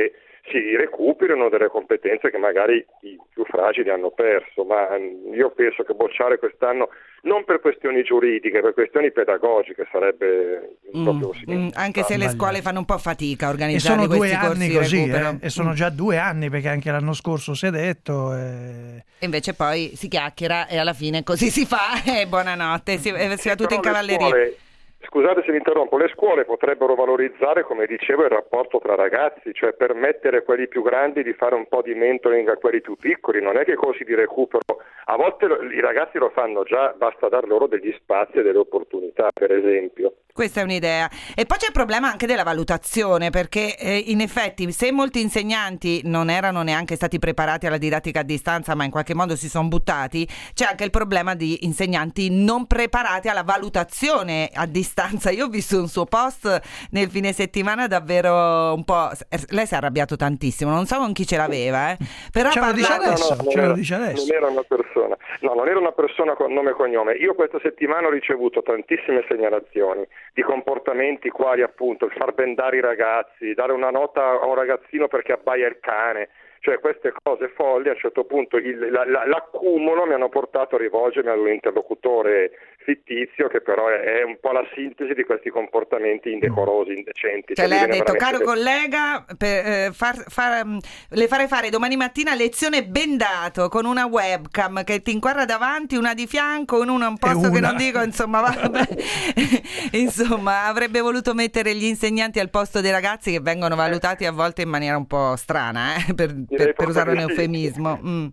si recuperino delle competenze che magari i più fragili hanno perso, ma io penso che bocciare quest'anno non per questioni giuridiche, per questioni pedagogiche sarebbe mm, proprio mm, anche se le scuole fanno un po' fatica a E organizzare sono due questi anni corsi così, recupero. eh? E sono Mm. già due anni, perché anche l'anno scorso si è detto. E... E invece poi si chiacchiera e alla fine così si fa e buonanotte, si, eh, si va tutti in Però le cavalleria. scuole- Scusate se mi interrompo, le scuole potrebbero valorizzare, come dicevo, il rapporto tra ragazzi, cioè permettere a quelli più grandi di fare un po' di mentoring a quelli più piccoli, non è che i corsi di recupero, a volte lo- i ragazzi lo fanno già, basta dar loro degli spazi e delle opportunità, per esempio. Questa è un'idea. E poi c'è il problema anche della valutazione, perché eh, in effetti se molti insegnanti non erano neanche stati preparati alla didattica a distanza, ma in qualche modo si sono buttati, c'è anche il problema di insegnanti non preparati alla valutazione a distanza. Io ho visto un suo post nel fine settimana davvero un po'... Lei si è arrabbiato tantissimo, non so con chi ce l'aveva, eh. Però Ce lo dice parlava- adesso, No, no, ce non lo era- dice adesso. Non era una persona, no, non era una persona con nome e cognome. Io questa settimana ho ricevuto tantissime segnalazioni di comportamenti quali appunto il far bendare i ragazzi, dare una nota a un ragazzino perché abbaia il cane, cioè queste cose folli. A un certo punto il- la- la- l'accumulo mi hanno portato a rivolgermi ad un interlocutore fittizio che però è, è un po' la sintesi di questi comportamenti indecorosi, indecenti. Cioè lei ha bisogna detto, veramente- caro collega, per, eh, far, far, mm, le farei fare domani mattina lezione bendato con una webcam che ti inquadra davanti, una di fianco, in una un posto che una. non dico, insomma, vabbè. Insomma, avrebbe voluto mettere gli insegnanti al posto dei ragazzi che vengono valutati a volte in maniera un po' strana, eh, per, per- per usare un proprio di sì. eufemismo. Mm.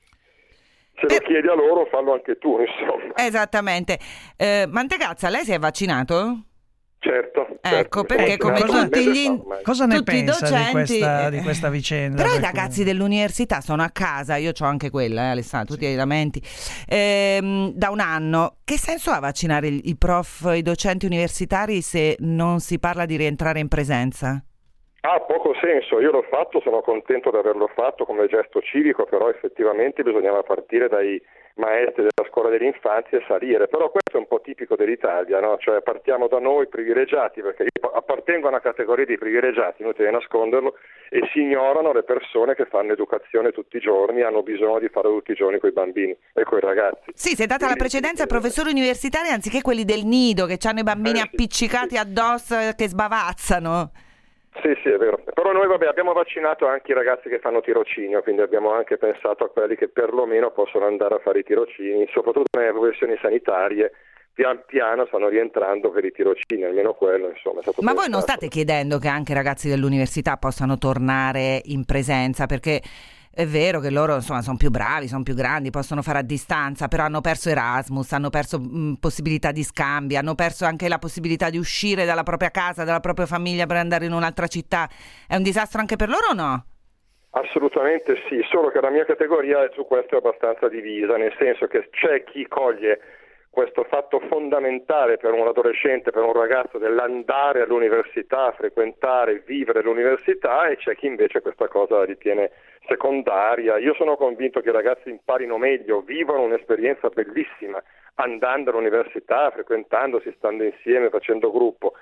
Se lo chiedi a loro, fallo anche tu, insomma. Esattamente. Eh, Mantegazza, lei si è vaccinato? Certo. Ecco, perché come cosa- tutti gli Cosa ne tutti i pensa docenti, di questa, eh, di questa vicenda? Però i Per cui- ragazzi dell'università sono a casa, io ho anche quella, eh, Alessandro, tutti i lamenti, ehm, da un anno. Che senso ha vaccinare i i prof, i docenti universitari se non si parla di rientrare in presenza? Ha poco senso, io l'ho fatto, sono contento di averlo fatto come gesto civico, però effettivamente bisognava partire dai maestri della scuola dell'infanzia e salire, però questo è un po' tipico dell'Italia, no? Cioè partiamo da noi privilegiati, perché io appartengo a una categoria di privilegiati, inutile nasconderlo, e si ignorano le persone che fanno educazione tutti i giorni, hanno bisogno di farlo tutti i giorni con i bambini e con i ragazzi. Sì, si è data la precedenza ai professori universitari anziché quelli del nido che hanno i bambini Eh, sì, appiccicati addosso eh, che sbavazzano. Sì, sì, è vero. Però noi vabbè, abbiamo vaccinato anche i ragazzi che fanno tirocinio, quindi abbiamo anche pensato a quelli che perlomeno possono andare a fare i tirocini, soprattutto nelle professioni sanitarie. Pian piano stanno rientrando per i tirocini, almeno quello, insomma. È stato Ma voi non pensato. state chiedendo che anche i ragazzi dell'università possano tornare in presenza? Perché è vero che loro insomma sono più bravi, sono più grandi, possono fare a distanza, però hanno perso Erasmus, hanno perso mh, possibilità di scambi, hanno perso anche la possibilità di uscire dalla propria casa, dalla propria famiglia per andare in un'altra città. È un disastro anche per loro o no? Assolutamente sì, solo che la mia categoria su questo è abbastanza divisa, nel senso che c'è chi coglie questo fatto fondamentale per un adolescente, per un ragazzo, dell'andare all'università, frequentare, vivere l'università, e c'è chi invece questa cosa la ritiene secondaria. Io sono convinto che i ragazzi imparino meglio, vivono un'esperienza bellissima andando all'università, frequentandosi, stando insieme, facendo gruppo.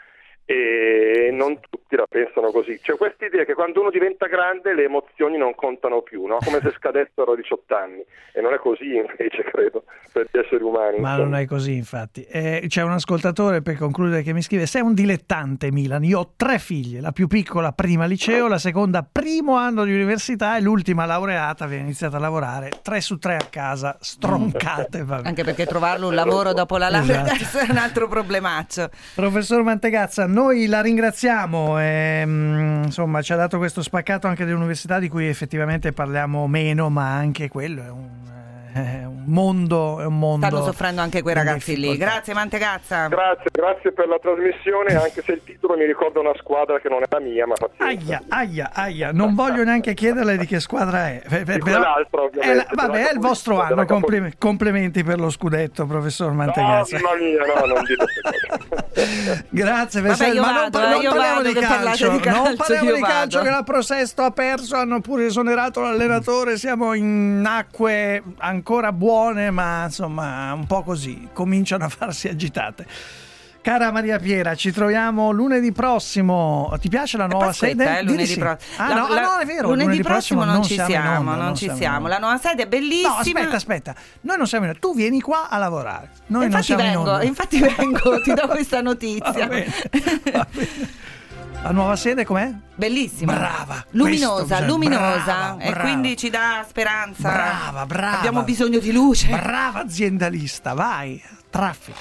E non tutti la pensano così. C'è questa idea che quando uno diventa grande le emozioni non contano più, no? Come se scadessero a diciotto anni, e non è così invece, credo, per gli esseri umani. Ma insomma. non è così, infatti. Eh, c'è un ascoltatore, per concludere, che mi scrive: sei un dilettante, Milan. Io ho tre figlie, la più piccola prima liceo, la seconda primo anno di università e l'ultima laureata, aveva iniziato a lavorare tre su tre a casa, stroncate. Vabbè. Anche perché trovarlo un lavoro dopo la laurea Esatto. è un altro problemaccio. Professor Mantegazza, noi la ringraziamo, e, mh, insomma ci ha dato questo spaccato anche dell'università di cui effettivamente parliamo meno, ma anche quello è un, è un mondo, è un mondo. Stanno soffrendo anche quei in ragazzi lì. difficoltà. Grazie Mantegazza. Grazie, grazie per la trasmissione, anche se il titolo mi ricorda una squadra che non è la mia, ma pazienza. Aia, aia, aia, non voglio neanche chiederle di che squadra è. Pe- pe- Di però- quell'altra, ovviamente, è la- vabbè, della è il vostro Capolino, anno, della Capolino. complime- complimenti per lo scudetto, professor No, Mantegazza. mamma mia, no, non dite queste cose. Grazie, Vabbè, Veselli, io ma non, vado, par- eh, non io parliamo vado di che parlate calcio, di calcio, non parliamo io di calcio vado. che la Prosesto ha perso, hanno pure esonerato l'allenatore, siamo in acque ancora buone, ma insomma un po' così, cominciano a farsi agitate. Cara Maria Piera, ci troviamo lunedì prossimo. Ti piace la nuova Aspetta, sede? eh, lunedì Sì. pro- Ah, la- no, la- ah, no, è vero. lunedì Lunedì prossimo non ci in siamo, onda, non ci siamo in siamo. onda. La nuova sede è bellissima. No, aspetta, aspetta. Noi non siamo in onda. Tu vieni qua a lavorare. Noi non Infatti siamo in vengo, onda. infatti vengo, ti do questa notizia. Va bene, va bene. La nuova sede com'è? Bellissima. Brava. Luminosa, Questo bisogna- luminosa. brava, e brava. quindi ci dà speranza. Brava, brava. Abbiamo bisogno di luce. Brava aziendalista, vai. Traffico.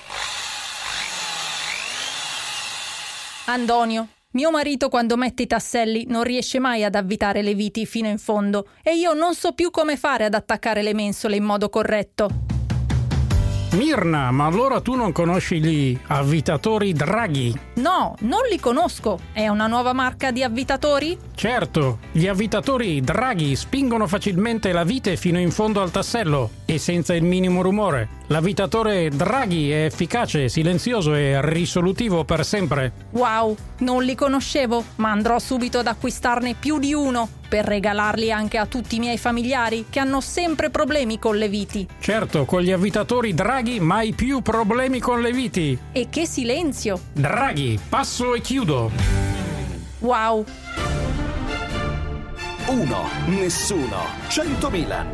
Antonio, mio marito quando mette i tasselli non riesce mai ad avvitare le viti fino in fondo e io non so più come fare ad attaccare le mensole in modo corretto. Mirna, ma allora tu non conosci gli avvitatori Draghi? No, non li conosco. È una nuova marca di avvitatori? Certo, gli avvitatori Draghi spingono facilmente la vite fino in fondo al tassello e senza il minimo rumore. L'avvitatore Draghi è efficace, silenzioso e risolutivo per sempre. Wow, non li conoscevo, ma andrò subito ad acquistarne più di uno per regalarli anche a tutti i miei familiari che hanno sempre problemi con le viti. Certo, con gli avvitatori Draghi mai più problemi con le viti. E che silenzio! Draghi, passo e chiudo. Wow! Uno, nessuno, cento Milan.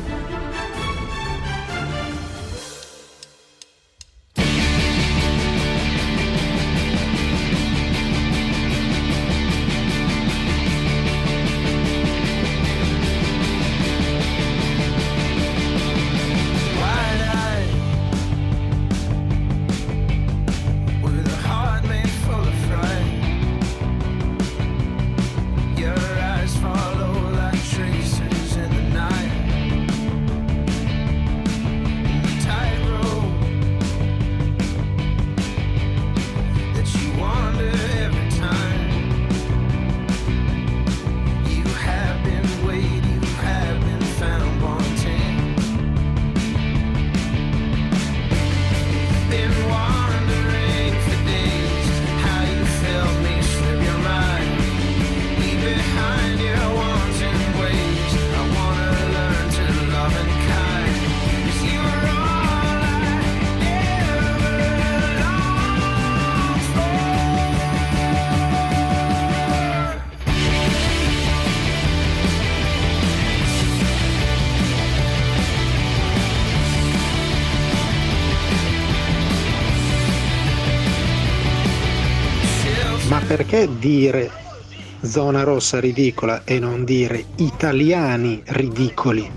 Ma perché dire zona rossa ridicola e non dire italiani ridicoli?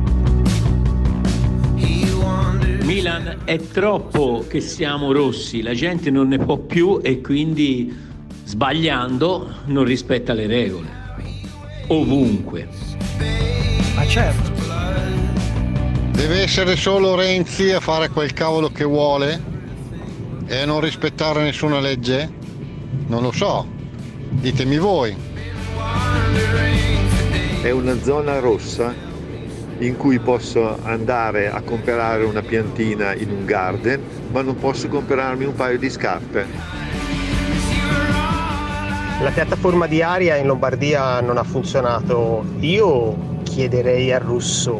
Milan, è troppo che siamo rossi, la gente non ne può più e quindi sbagliando non rispetta le regole. Ovunque. Ma certo. Deve essere solo Renzi a fare quel cavolo che vuole e a non rispettare nessuna legge? Non lo so, ditemi voi. È una zona rossa in cui posso andare a comprare una piantina in un garden, ma non posso comprarmi un paio di scarpe. La piattaforma di aria in Lombardia non ha funzionato. Io chiederei a Rousseau.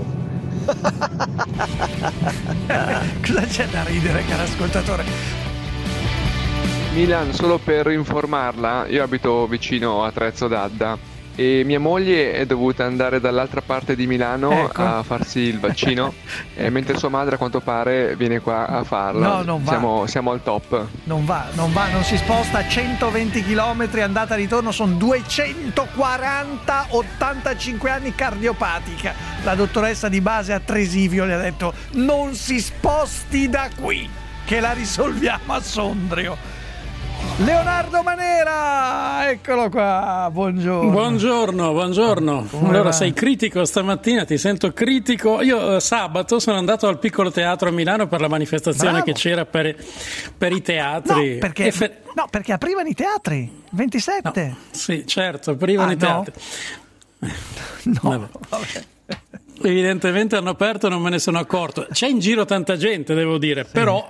Cosa c'è da ridere, caro ascoltatore? Milan, solo per informarla, io abito vicino a Trezzo d'Adda e mia moglie è dovuta andare dall'altra parte di Milano Ecco. a farsi il vaccino e mentre sua madre a quanto pare viene qua a farlo. No, non va. Siamo, siamo al top. Non va, non va, non si sposta. Centoventi chilometri andata e ritorno, sono duecentoquaranta, ottantacinque anni, cardiopatica. La dottoressa di base a Tresivio le ha detto non si sposti da qui, che la risolviamo a Sondrio. Leonardo Manera, eccolo qua, buongiorno. Buongiorno, buongiorno. Come Allora va? sei critico stamattina, ti sento critico. Io eh, sabato sono andato al Piccolo Teatro a Milano per la manifestazione Bravo. che c'era per, per i teatri. No, perché, E fe- no, perché aprivano i teatri, ventisette. Sì, certo, aprivano Ah, i no? teatri. No, Vabbè. vabbè. Evidentemente hanno aperto e non me ne sono accorto. C'è in giro tanta gente, devo dire, sì. Però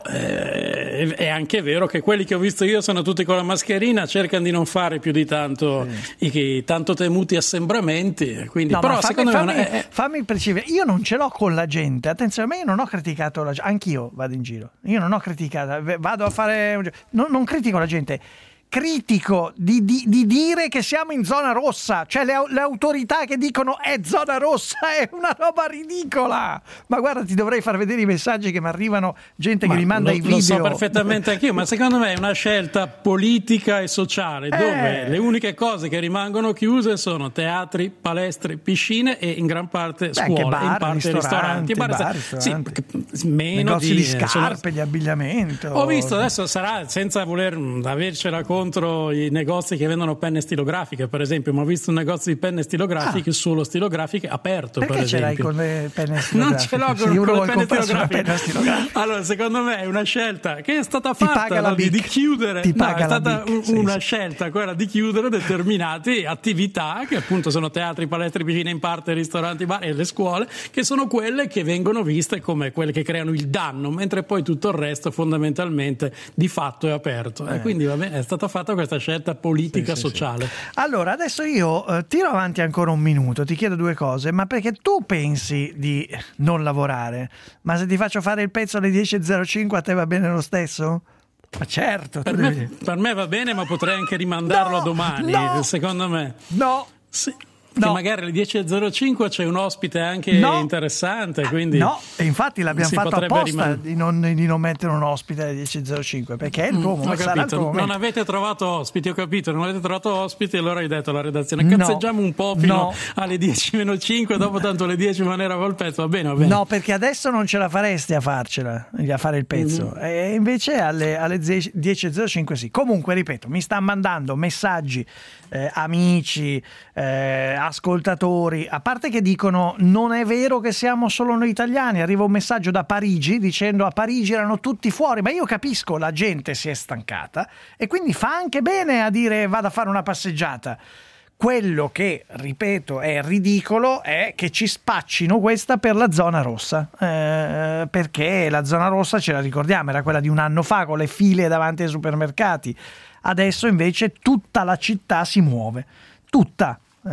eh, è anche vero che quelli che ho visto io sono tutti con la mascherina, cercano di non fare più di tanto sì. i, i tanto temuti assembramenti. Quindi, no, però fammi, secondo fammi, me è... fammi precisare, io non ce l'ho con la gente. Attenzione, ma io non ho criticato la gente, anch'io vado in giro. Io non ho criticato, vado a fare, non, non critico la gente. Critico di, di, di dire che siamo in zona rossa, cioè le, le autorità che dicono è zona rossa è una roba ridicola. Ma guarda, ti dovrei far vedere i messaggi che mi arrivano, gente ma che mi manda lo, i video. Lo so perfettamente anch'io, ma secondo me è una scelta politica e sociale eh. dove le uniche cose che rimangono chiuse sono teatri, palestre, piscine e in gran parte scuole, bar, in parte ristoranti, bar, bar, ristoranti. Sì, meno negozi di, di scarpe, insomma, di abbigliamento. Ho visto, adesso sarà senza voler avercela contro i negozi che vendono penne stilografiche, per esempio, ma ho visto un negozio di penne stilografiche, ah. solo stilografiche, aperto. Perché per ce l'hai esempio. con le penne stilografiche? Non ce l'ho con, sì, con le penne stilografiche. penna stilografica. Allora, secondo me è una scelta che è stata ti fatta no, di, di chiudere. Ti no, paga è stata Bic, un, sì, una sì. scelta quella di chiudere determinate attività che appunto sono teatri, palestre, piscine, in parte ristoranti, bar e le scuole, che sono quelle che vengono viste come quelle che creano il danno, mentre poi tutto il resto fondamentalmente di fatto è aperto. Eh. E quindi va bene, è stata fatta questa scelta politica sì, sociale. Sì, sì. Allora, adesso io eh, tiro avanti ancora un minuto, ti chiedo due cose, ma perché tu pensi di non lavorare? Ma se ti faccio fare il pezzo alle dieci e zero cinque a te va bene lo stesso? Ma certo. Per, devi... me, per me va bene, ma potrei anche rimandarlo no, a domani, no, secondo me. No. Sì. Che No. magari alle dieci e zero cinque c'è un ospite anche no. interessante, quindi no, e infatti l'abbiamo fatto apposta riman- di, non, di non mettere un ospite alle dieci e zero cinque perché è il tuo mm, momento, sarà il tuo momento. Non avete trovato ospiti, ho capito, non avete trovato ospiti, allora hai detto alla redazione cazzeggiamo no. un po' fino no. alle dieci meno cinque, dopo tanto alle dieci manera col pezzo, va bene, va bene. No, perché adesso non ce la faresti a farcela, a fare il pezzo, mm. e invece alle, alle dieci e zero cinque sì. Comunque, ripeto, mi sta mandando messaggi eh, amici, eh, ascoltatori, a parte che dicono non è vero che siamo solo noi italiani, arriva un messaggio da Parigi dicendo a Parigi erano tutti fuori, ma io capisco, la gente si è stancata e quindi fa anche bene a dire vado a fare una passeggiata. Quello che, ripeto, è ridicolo è che ci spaccino questa per la zona rossa, eh, perché la zona rossa, ce la ricordiamo, era quella di un anno fa con le file davanti ai supermercati. Adesso invece tutta la città si muove, tutta. Eh,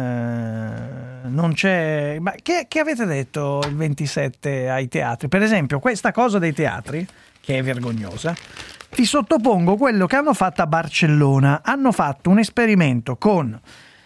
non c'è. Ma che, che avete detto il ventisette ai teatri? Per esempio, questa cosa dei teatri, che è vergognosa, ti sottopongo quello che hanno fatto a Barcellona. Hanno fatto un esperimento con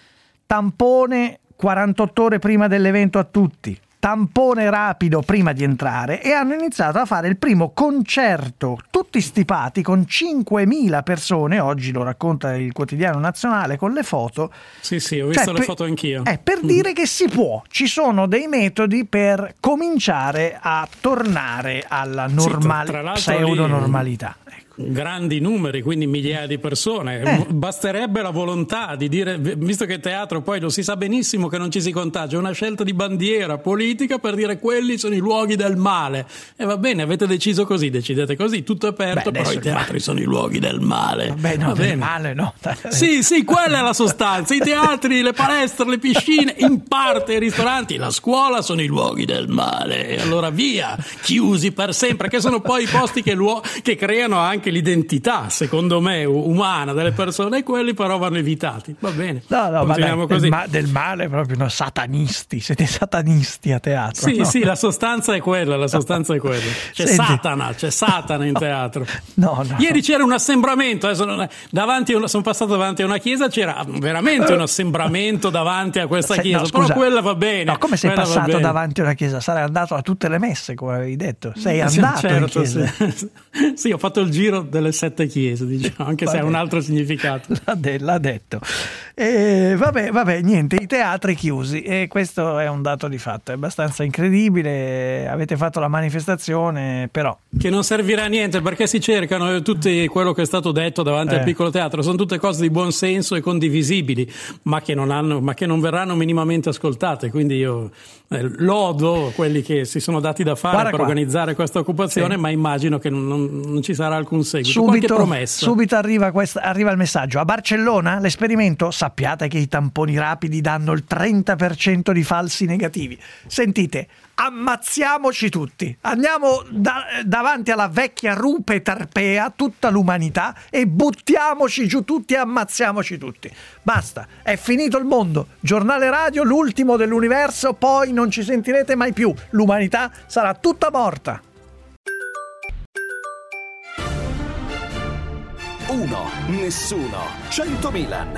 tampone quarantotto ore prima dell'evento a tutti, tampone rapido prima di entrare, e hanno iniziato a fare il primo concerto tutti stipati con cinquemila persone. Oggi lo racconta il Quotidiano Nazionale con le foto. Sì, sì, ho visto cioè, le per, foto anch'io. È per mm. dire che si può, ci sono dei metodi per cominciare a tornare alla normal- sì, pseudo-normalità. Grandi numeri, quindi migliaia di persone, eh. basterebbe la volontà di dire, visto che teatro poi lo si sa benissimo che non ci si contagia, è una scelta di bandiera politica per dire quelli sono i luoghi del male, e va bene, avete deciso così, decidete così, tutto aperto. Beh, però i teatri male. Sono i luoghi del male. Vabbè, no, va del bene. male no. Sì, sì, quella è la sostanza, i teatri, le palestre, le piscine, in parte i ristoranti, la scuola sono i luoghi del male, e allora via, chiusi per sempre, che sono poi i posti che, luo- che creano anche l'identità, secondo me, umana delle persone, e quelli però vanno evitati. Va bene. No, no, ma dai, così. Del, ma- del male proprio, no, satanisti, siete satanisti a teatro. Sì, no? sì, la sostanza è quella, la sostanza è quella. C'è Senti. Satana, c'è Satana in teatro. No, no. Ieri c'era un assembramento, adesso non è, davanti a una, sono passato davanti a una chiesa, c'era veramente un assembramento davanti a questa Se, chiesa, no, scusa, però quella va bene. No, come sei quella passato davanti a una chiesa? Sarai andato a tutte le messe, come avevi detto. Sei sì, andato certo, in chiesa. Sì. Sì, ho fatto il giro delle sette chiese, diciamo, anche se ha un altro significato. L'ha, de- l'ha detto. E vabbè, vabbè, niente, i teatri chiusi, e questo è un dato di fatto, è abbastanza incredibile. Avete fatto la manifestazione, però che non servirà a niente, perché si cercano tutti quello che è stato detto davanti eh. al piccolo teatro, sono tutte cose di buon senso e condivisibili, ma che non hanno, ma che non verranno minimamente ascoltate. Quindi io eh, lodo quelli che si sono dati da fare Guarda per qua. organizzare questa occupazione, sì. ma immagino che non, non, non ci sarà alcun seguito, subito, qualche promessa. Subito arriva, questa, arriva il messaggio. A Barcellona l'esperimento, sappiate che i tamponi rapidi danno il trenta per cento di falsi negativi. Sentite, ammazziamoci tutti, andiamo da, davanti alla vecchia rupe tarpea, tutta l'umanità, e buttiamoci giù tutti e ammazziamoci tutti. Basta, è finito il mondo. Giornale radio, l'ultimo dell'universo, poi non ci sentirete mai più. L'umanità sarà tutta morta. Uno, nessuno, cento Milan.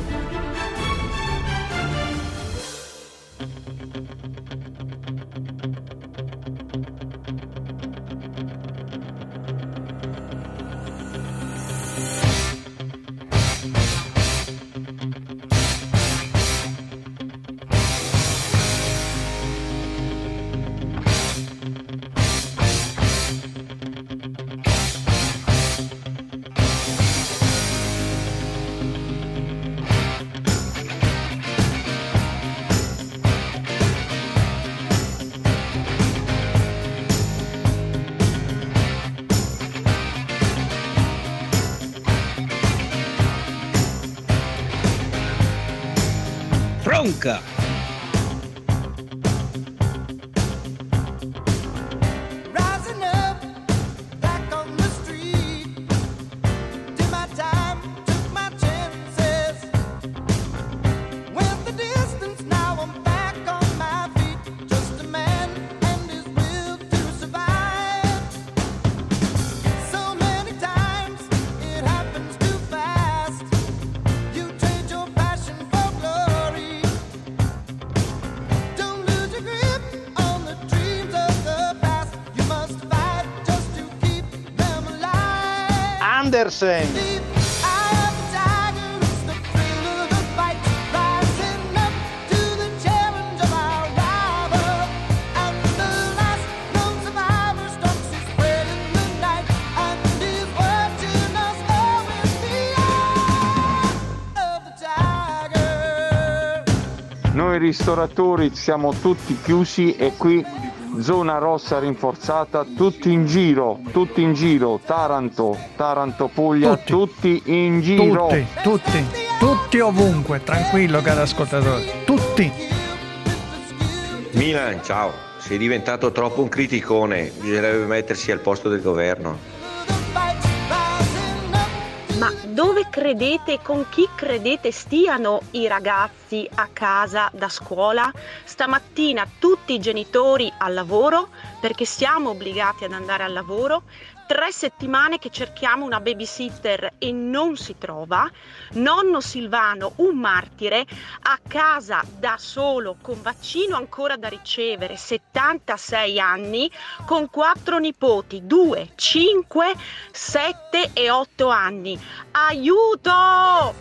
Ronca. Andersen. Noi ristoratori siamo tutti chiusi e qui zona rossa rinforzata, tutti in giro, tutti in giro, Taranto, Taranto, Puglia, tutti, tutti in giro. Tutti, tutti, tutti ovunque, tranquillo caro ascoltatore, tutti. Milan, ciao, sei diventato troppo un criticone, bisognerebbe mettersi al posto del governo. Ma dove credete e con chi credete stiano i ragazzi a casa da scuola? Stamattina tutti i genitori al lavoro perché siamo obbligati ad andare al lavoro. Tre settimane che cerchiamo una babysitter e non si trova. Nonno Silvano, un martire, a casa da solo con vaccino ancora da ricevere, settantasei anni, con quattro nipoti, due, cinque, sette e otto anni. Aiuto!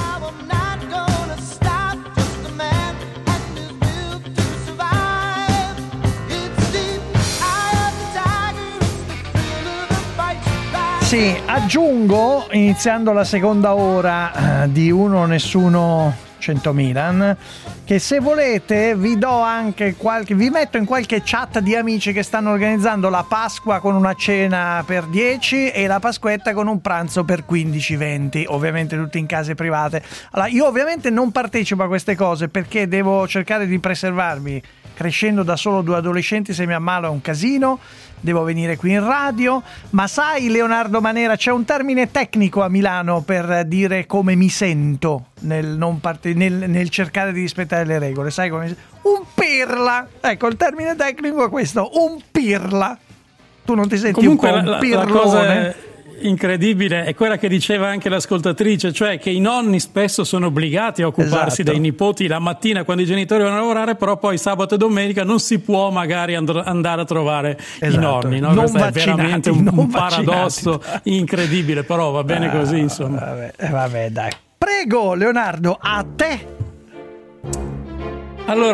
Sì, aggiungo, iniziando la seconda ora eh, di Uno Nessuno cento Milan, che se volete vi do anche qualche, vi metto in qualche chat di amici che stanno organizzando la Pasqua con una cena per dieci e la Pasquetta con un pranzo per quindici venti, ovviamente tutti in case private. Allora, io ovviamente non partecipo a queste cose perché devo cercare di preservarmi. Crescendo da solo due adolescenti, se mi ammalo è un casino, devo venire qui in radio, ma sai Leonardo Manera, c'è un termine tecnico a Milano per dire come mi sento nel, non parte, nel, nel cercare di rispettare le regole, sai come? Un pirla, ecco il termine tecnico è questo, un pirla. Tu non ti senti Comunque un po' un la, pirlone? La cosa è incredibile è quella che diceva anche l'ascoltatrice, cioè che i nonni spesso sono obbligati a occuparsi Esatto. dei nipoti la mattina quando i genitori vanno a lavorare, però poi sabato e domenica non si può magari and- andare a trovare Esatto. i nonni, no? Non Questo vaccinati, è veramente un, non un paradosso vaccinati. incredibile, però va bene Ah, così, insomma. Vabbè, vabbè, dai. Prego Leonardo, a te. Allora,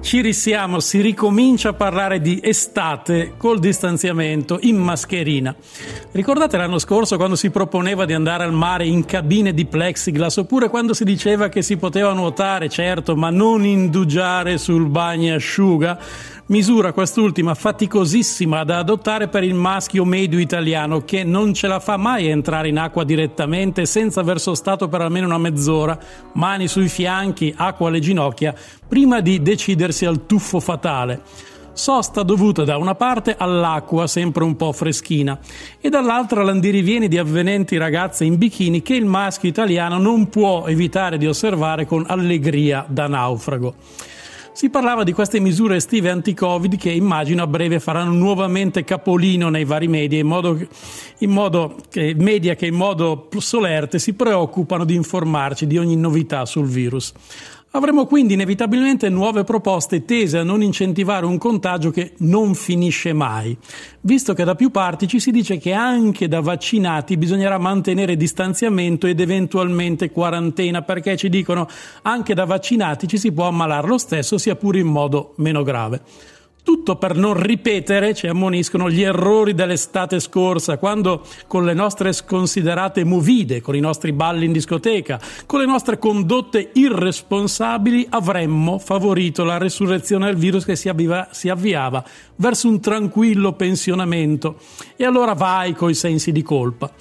Ci risiamo, si ricomincia a parlare di estate col distanziamento in mascherina. Ricordate l'anno scorso quando si proponeva di andare al mare in cabine di plexiglass, oppure quando si diceva che si poteva nuotare, certo, ma non indugiare sul bagnasciuga? Misura quest'ultima faticosissima da adottare per il maschio medio italiano, che non ce la fa mai a entrare in acqua direttamente senza aver sostato per almeno una mezz'ora, mani sui fianchi, acqua alle ginocchia, prima di decidersi al tuffo fatale. Sosta dovuta da una parte all'acqua sempre un po' freschina e dall'altra all'andirivieni di avvenenti ragazze in bikini che il maschio italiano non può evitare di osservare con allegria da naufrago. Si parlava di queste misure estive anti-Covid che immagino a breve faranno nuovamente capolino nei vari media, in modo, in modo che media che in modo solerte si preoccupano di informarci di ogni novità sul virus. Avremo quindi inevitabilmente nuove proposte tese a non incentivare un contagio che non finisce mai, visto che da più parti ci si dice che anche da vaccinati bisognerà mantenere distanziamento ed eventualmente quarantena, perché ci dicono anche da vaccinati ci si può ammalare lo stesso, sia pure in modo meno grave. Tutto per non ripetere, ci ammoniscono, gli errori dell'estate scorsa, quando con le nostre sconsiderate movide, con i nostri balli in discoteca, con le nostre condotte irresponsabili avremmo favorito la resurrezione del virus che si, avviva, si avviava verso un tranquillo pensionamento. E allora vai coi sensi di colpa.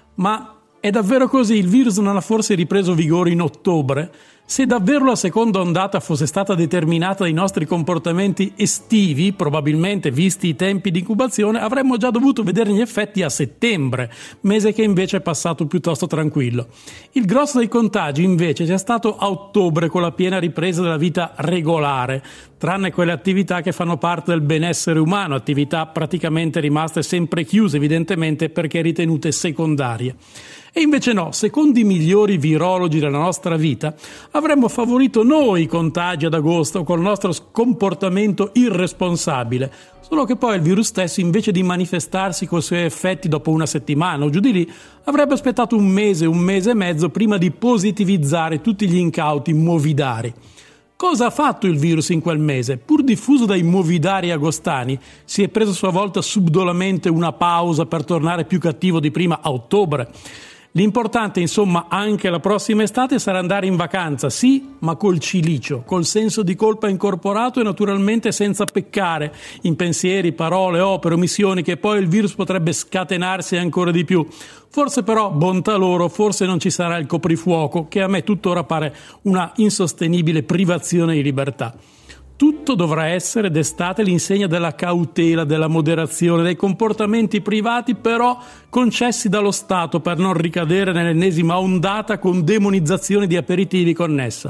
Ma è davvero così? Il virus non ha forse ripreso vigore in ottobre? Se davvero la seconda ondata fosse stata determinata dai nostri comportamenti estivi, probabilmente visti i tempi di incubazione, avremmo già dovuto vedere gli effetti a settembre, mese che invece è passato piuttosto tranquillo. Il grosso dei contagi invece c'è stato a ottobre, con la piena ripresa della vita regolare, tranne quelle attività che fanno parte del benessere umano, attività praticamente rimaste sempre chiuse, evidentemente perché ritenute secondarie. E invece no, secondo i migliori virologi della nostra vita, avremmo favorito noi i contagi ad agosto con il nostro comportamento irresponsabile, solo che poi il virus stesso, invece di manifestarsi con i suoi effetti dopo una settimana o giù di lì, avrebbe aspettato un mese, un mese e mezzo prima di positivizzare tutti gli incauti movidari. Cosa ha fatto il virus in quel mese? Pur diffuso dai movidari agostani, si è preso a sua volta subdolamente una pausa per tornare più cattivo di prima a ottobre. L'importante, insomma, anche la prossima estate sarà andare in vacanza, sì, ma col cilicio, col senso di colpa incorporato e naturalmente senza peccare in pensieri, parole, opere, omissioni, che poi il virus potrebbe scatenarsi ancora di più. Forse però, bontà loro, forse non ci sarà il coprifuoco, che a me tuttora pare una insostenibile privazione di libertà. Tutto dovrà essere d'estate l'insegna della cautela, della moderazione, dei comportamenti privati però concessi dallo Stato per non ricadere nell'ennesima ondata con demonizzazione di aperitivi connessa.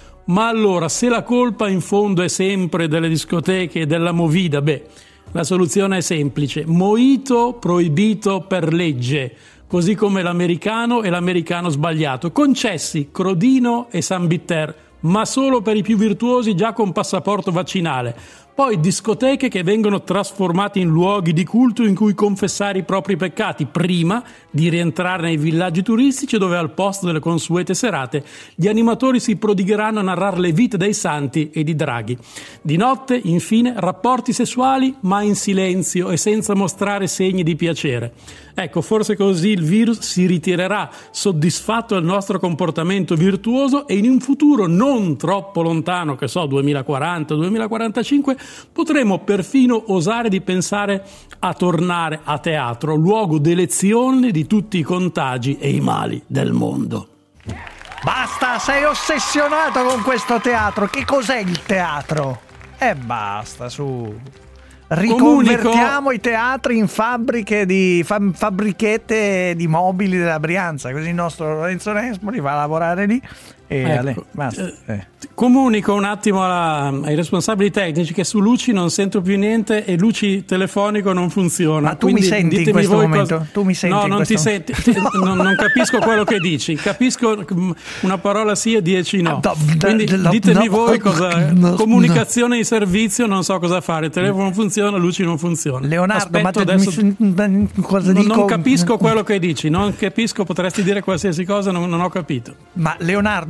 Ma allora, se la colpa in fondo è sempre delle discoteche e della movida, beh, la soluzione è semplice: mojito proibito per legge, così come l'americano e l'americano sbagliato, concessi Crodino e San Bitter, ma solo per i più virtuosi già con passaporto vaccinale. Poi discoteche che vengono trasformate in luoghi di culto in cui confessare i propri peccati prima di rientrare nei villaggi turistici, dove al posto delle consuete serate gli animatori si prodigheranno a narrare le vite dei santi e di Draghi. Di notte, infine, rapporti sessuali ma in silenzio e senza mostrare segni di piacere. Ecco, forse così il virus si ritirerà soddisfatto del nostro comportamento virtuoso e in un futuro non troppo lontano, che so, duemilaquaranta duemilaquarantacinque, potremo perfino osare di pensare a tornare a teatro, luogo d'elezione di tutti i contagi e i mali del mondo. Basta, sei ossessionato con questo teatro. Che cos'è il teatro? E basta, su. Riconvertiamo Comunico... i teatri in fabbriche di fa, fabbrichette di mobili della Brianza, così il nostro Lorenzo Nespoli va a lavorare lì e ecco, ale, basta. Eh. Comunico un attimo alla, ai responsabili tecnici che su Luci non sento più niente e Luci telefonico non funziona. Ma tu mi senti in questo momento? Cosa... Tu mi senti no, in non questo... ti senti. non, non capisco quello che dici. Capisco una parola sì e dieci no. Quindi ditemi voi cosa. Comunicazione di servizio, non so cosa fare. Il telefono non funziona, Luci non funziona. Leonardo, Aspetto, ma te, adesso... mi, cosa non, dico? non capisco quello che dici. Non capisco, potresti dire qualsiasi cosa, non, non ho capito. Ma Leonardo,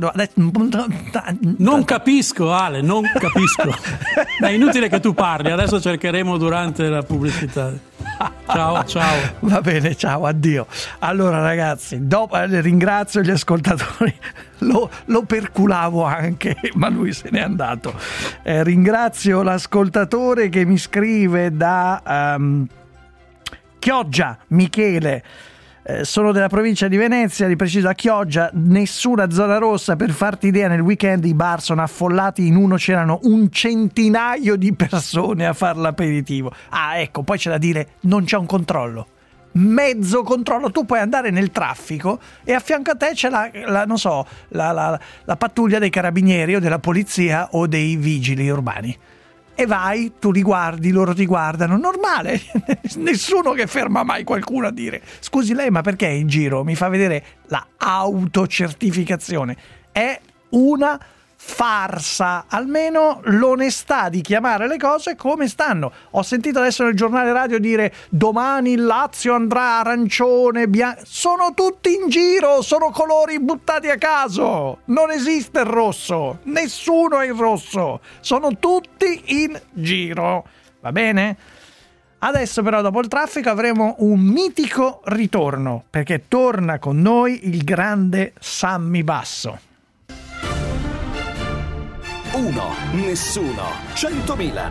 Leonardo, adesso... non capisco, Ale, non capisco. È inutile che tu parli, adesso cercheremo durante la pubblicità. Ciao, ciao. Va bene, ciao, addio. Allora ragazzi, dopo, eh, ringrazio gli ascoltatori, lo, lo perculavo anche, ma lui se n'è andato. Eh, ringrazio l'ascoltatore che mi scrive da um, Chioggia, Michele. Eh, sono della provincia di Venezia, di preciso a Chioggia, nessuna zona rossa. Per farti idea, nel weekend i bar sono affollati, in uno c'erano un centinaio di persone a far l'aperitivo. Ah, ecco, poi c'è da dire, non c'è un controllo. Mezzo controllo, tu puoi andare nel traffico e a fianco a te c'è la, la non so, la, la, la pattuglia dei carabinieri o della polizia o dei vigili urbani. E vai, tu li guardi, loro ti guardano, normale, nessuno che ferma mai qualcuno a dire scusi lei, ma perché è in giro? Mi fa vedere la autocertificazione. È una farsa, almeno l'onestà di chiamare le cose come stanno. Ho sentito adesso nel giornale radio dire domani il Lazio andrà arancione, bianco. Sono tutti in giro, sono colori buttati a caso, non esiste il rosso, nessuno è il rosso, sono tutti in giro, va bene? Adesso però, dopo il traffico, avremo un mitico ritorno, perché torna con noi il grande Sammy Basso. Uno, nessuno, cento Milan.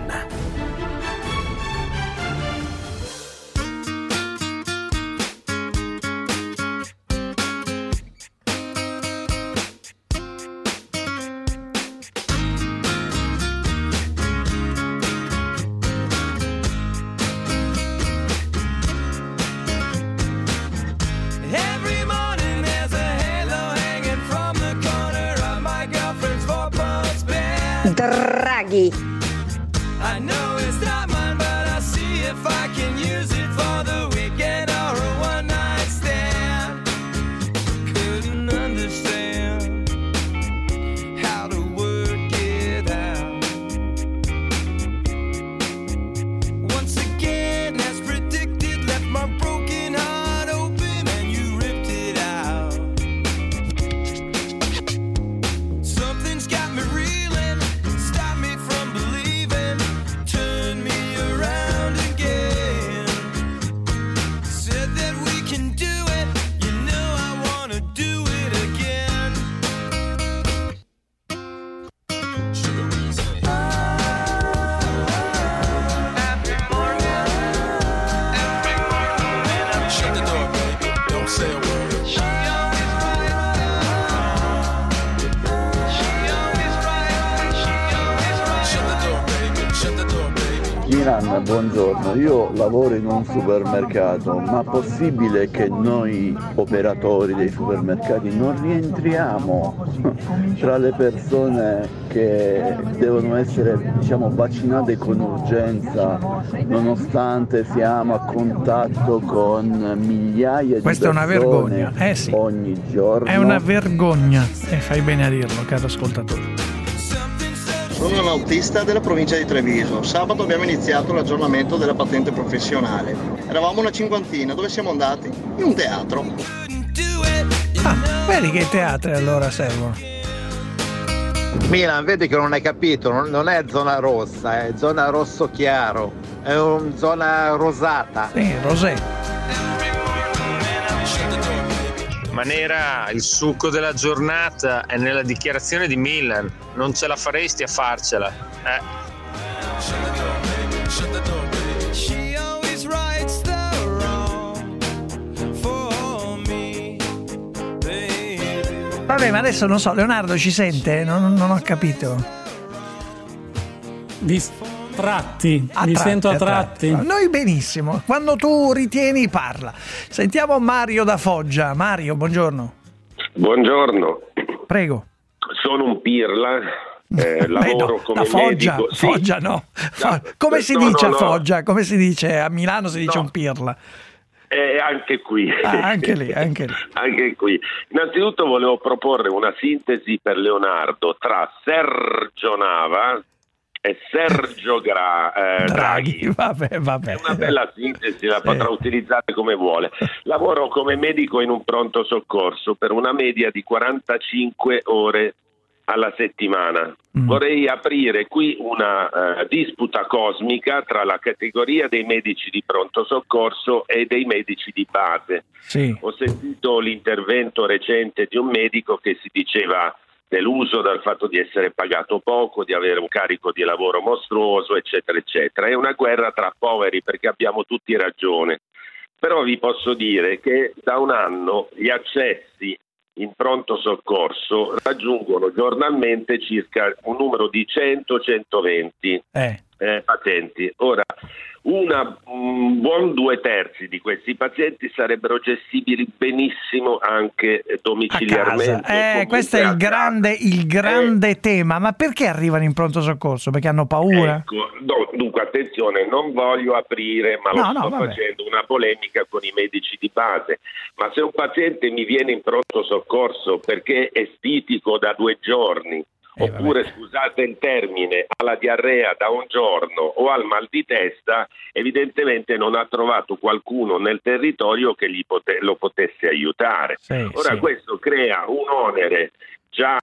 Draghi. I know it's not mine, but I'll see if I can use it for the weekend or a one night stand. Couldn't understand how to work it out. Once again, as predicted, left my broken heart open and you ripped it out. Something's got me reeling. Milan, buongiorno, io lavoro in un supermercato, ma possibile che noi operatori dei supermercati non rientriamo tra le persone che devono essere, diciamo, vaccinate con urgenza, nonostante siamo a contatto con migliaia di Questa persone è una vergogna, eh sì. ogni giorno? È una vergogna, e fai bene a dirlo, caro ascoltatore. Sono un autista della provincia di Treviso. Sabato abbiamo iniziato l'aggiornamento della patente professionale. Eravamo una cinquantina, dove siamo andati? In un teatro. Ah, vedi che i teatri allora servono. Milan, vedi che non hai capito, non, non è zona rossa, è zona rosso chiaro, è una zona rosata. Sì, rosé. Manera, il succo della giornata è nella dichiarazione di Milan, non ce la faresti a farcela, eh. Vabbè, ma adesso non so, Leonardo ci sente? Non, non ho capito. Tratti, a mi tratti, sento a a tratti. tratti. Noi benissimo, quando tu ritieni parla. Sentiamo Mario da Foggia. Mario, buongiorno. Buongiorno. Prego. Sono un pirla, eh, lavoro Beh, no, come da Foggia, medico. Foggia sì. no. Fo- come si no, dice no, a Foggia? Come si dice a Milano? Si dice no. un pirla. Eh, anche qui. Ah, anche lì, anche lì. Anche qui. Innanzitutto volevo proporre una sintesi per Leonardo tra Sergio Nava è Sergio Gra- eh, Draghi. Draghi. Vabbè, vabbè. È una bella sintesi, la potrà utilizzare come vuole. Lavoro come medico in un pronto soccorso per una media di quarantacinque ore alla settimana. Mm. Vorrei aprire qui una uh, disputa cosmica tra la categoria dei medici di pronto soccorso e dei medici di base. Sì. Ho sentito l'intervento recente di un medico che si diceva deluso dal fatto di essere pagato poco, di avere un carico di lavoro mostruoso, eccetera, eccetera. È una guerra tra poveri, perché abbiamo tutti ragione. Però vi posso dire che da un anno gli accessi in pronto soccorso raggiungono giornalmente circa un numero di cento centoventi eh. Eh, pazienti. Ora, una, un buon due terzi di questi pazienti sarebbero gestibili benissimo anche domiciliarmente. Eh, questo è il grande, il grande eh. tema. Ma perché arrivano in pronto soccorso? Perché hanno paura? Ecco, no, dunque attenzione, non voglio aprire, ma lo no, no, sto vabbè. facendo, una polemica con i medici di base. Ma se un paziente mi viene in pronto soccorso perché è stitico da due giorni, Eh, oppure, vabbè. scusate il termine, alla diarrea da un giorno o al mal di testa, evidentemente non ha trovato qualcuno nel territorio che gli pote- lo potesse aiutare. Sì, Ora sì. questo crea un onere già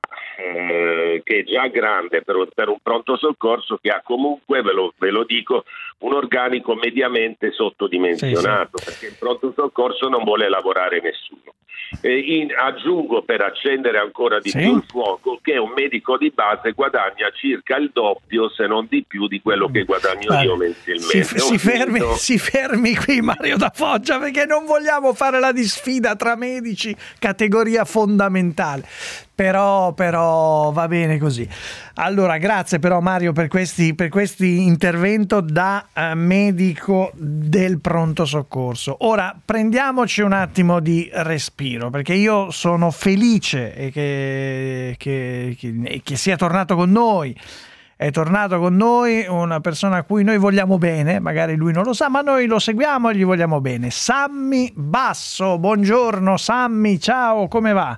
eh, che è già grande per, per un pronto soccorso che ha comunque, ve lo, ve lo dico, un organico mediamente sottodimensionato, sì, sì. perché il pronto soccorso non vuole lavorare nessuno. E in, aggiungo, per accendere ancora di sì. più il fuoco, che un medico di base guadagna circa il doppio, se non di più, di quello che guadagno Vale. io mensilmente. Si, si, fermi, si fermi qui, Mario da Foggia, perché non vogliamo fare la disfida tra medici, categoria fondamentale. Però, però va bene così. Allora, grazie però Mario per questi per questi intervento da uh, medico del pronto soccorso. Ora prendiamoci un attimo di respiro, perché io sono felice e che, che, che, che sia tornato con noi. È tornato con noi una persona a cui noi vogliamo bene, magari lui non lo sa, ma noi lo seguiamo e gli vogliamo bene. Sammy Basso, buongiorno Sammy, ciao, come va?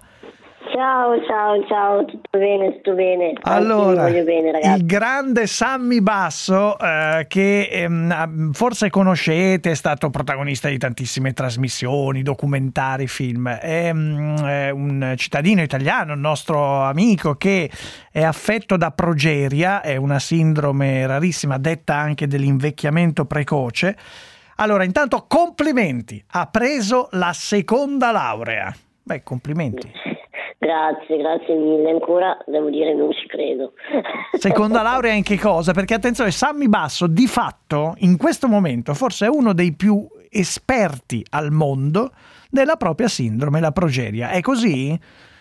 Ciao, ciao, ciao, tutto bene, tutto bene. Allora, voglio bene, ragazzi. Il grande Sammy Basso, eh, che ehm, forse conoscete, è stato protagonista di tantissime trasmissioni, documentari, film. È, mm, è un cittadino italiano, un nostro amico che è affetto da progeria, è una sindrome rarissima, detta anche dell'invecchiamento precoce. Allora, intanto complimenti, ha preso la seconda laurea. Beh, complimenti. Grazie, grazie mille. Ancora devo dire non ci credo. Seconda laurea in che cosa? Perché attenzione, Sammy Basso di fatto in questo momento forse è uno dei più esperti al mondo della propria sindrome, la progeria. È così?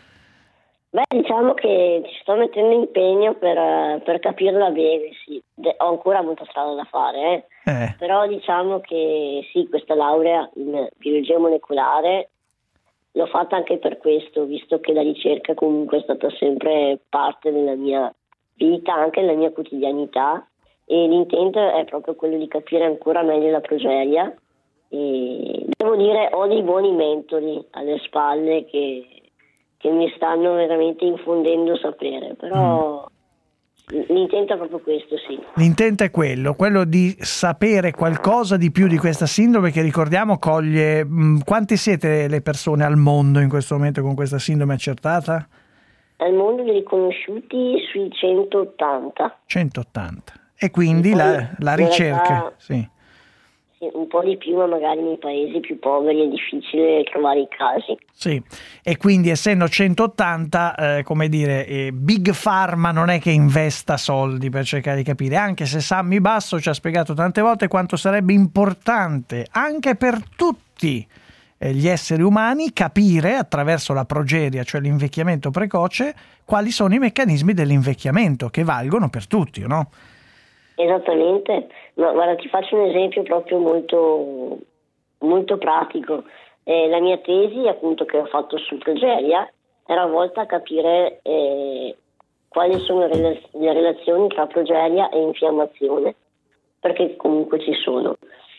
Beh, diciamo che ci sto mettendo impegno per, per capirla bene, sì. De- ho ancora molta strada da fare, eh. Eh. Però diciamo che sì, questa laurea in biologia molecolare l'ho fatta anche per questo, visto che la ricerca comunque è stata sempre parte della mia vita, anche della mia quotidianità, e l'intento è proprio quello di capire ancora meglio la progeria. E devo dire, ho dei buoni mentori alle spalle che, che mi stanno veramente infondendo sapere, però mm. L'intento è proprio questo, sì. L'intento è quello, quello di sapere qualcosa di più di questa sindrome che, ricordiamo, coglie... Mh, quante siete le persone al mondo in questo momento con questa sindrome accertata? Al mondo di riconosciuti sui centottanta. centottanta. E quindi la, la ricerca... Realtà, sì. sì, un po' di più, ma magari nei paesi più poveri è difficile trovare i casi. Sì, e quindi essendo centottanta, eh, come dire, eh, Big Pharma non è che investa soldi per cercare di capire, anche se Sammy Basso ci ha spiegato tante volte quanto sarebbe importante anche per tutti eh, gli esseri umani capire attraverso la progeria, cioè l'invecchiamento precoce, quali sono i meccanismi dell'invecchiamento che valgono per tutti, no? Esattamente, ma guarda, ti faccio un esempio proprio molto, molto pratico. Eh, la mia tesi, appunto, che ho fatto su progeria era volta a capire eh, quali sono le, le relazioni tra progeria e infiammazione, perché comunque ci sono.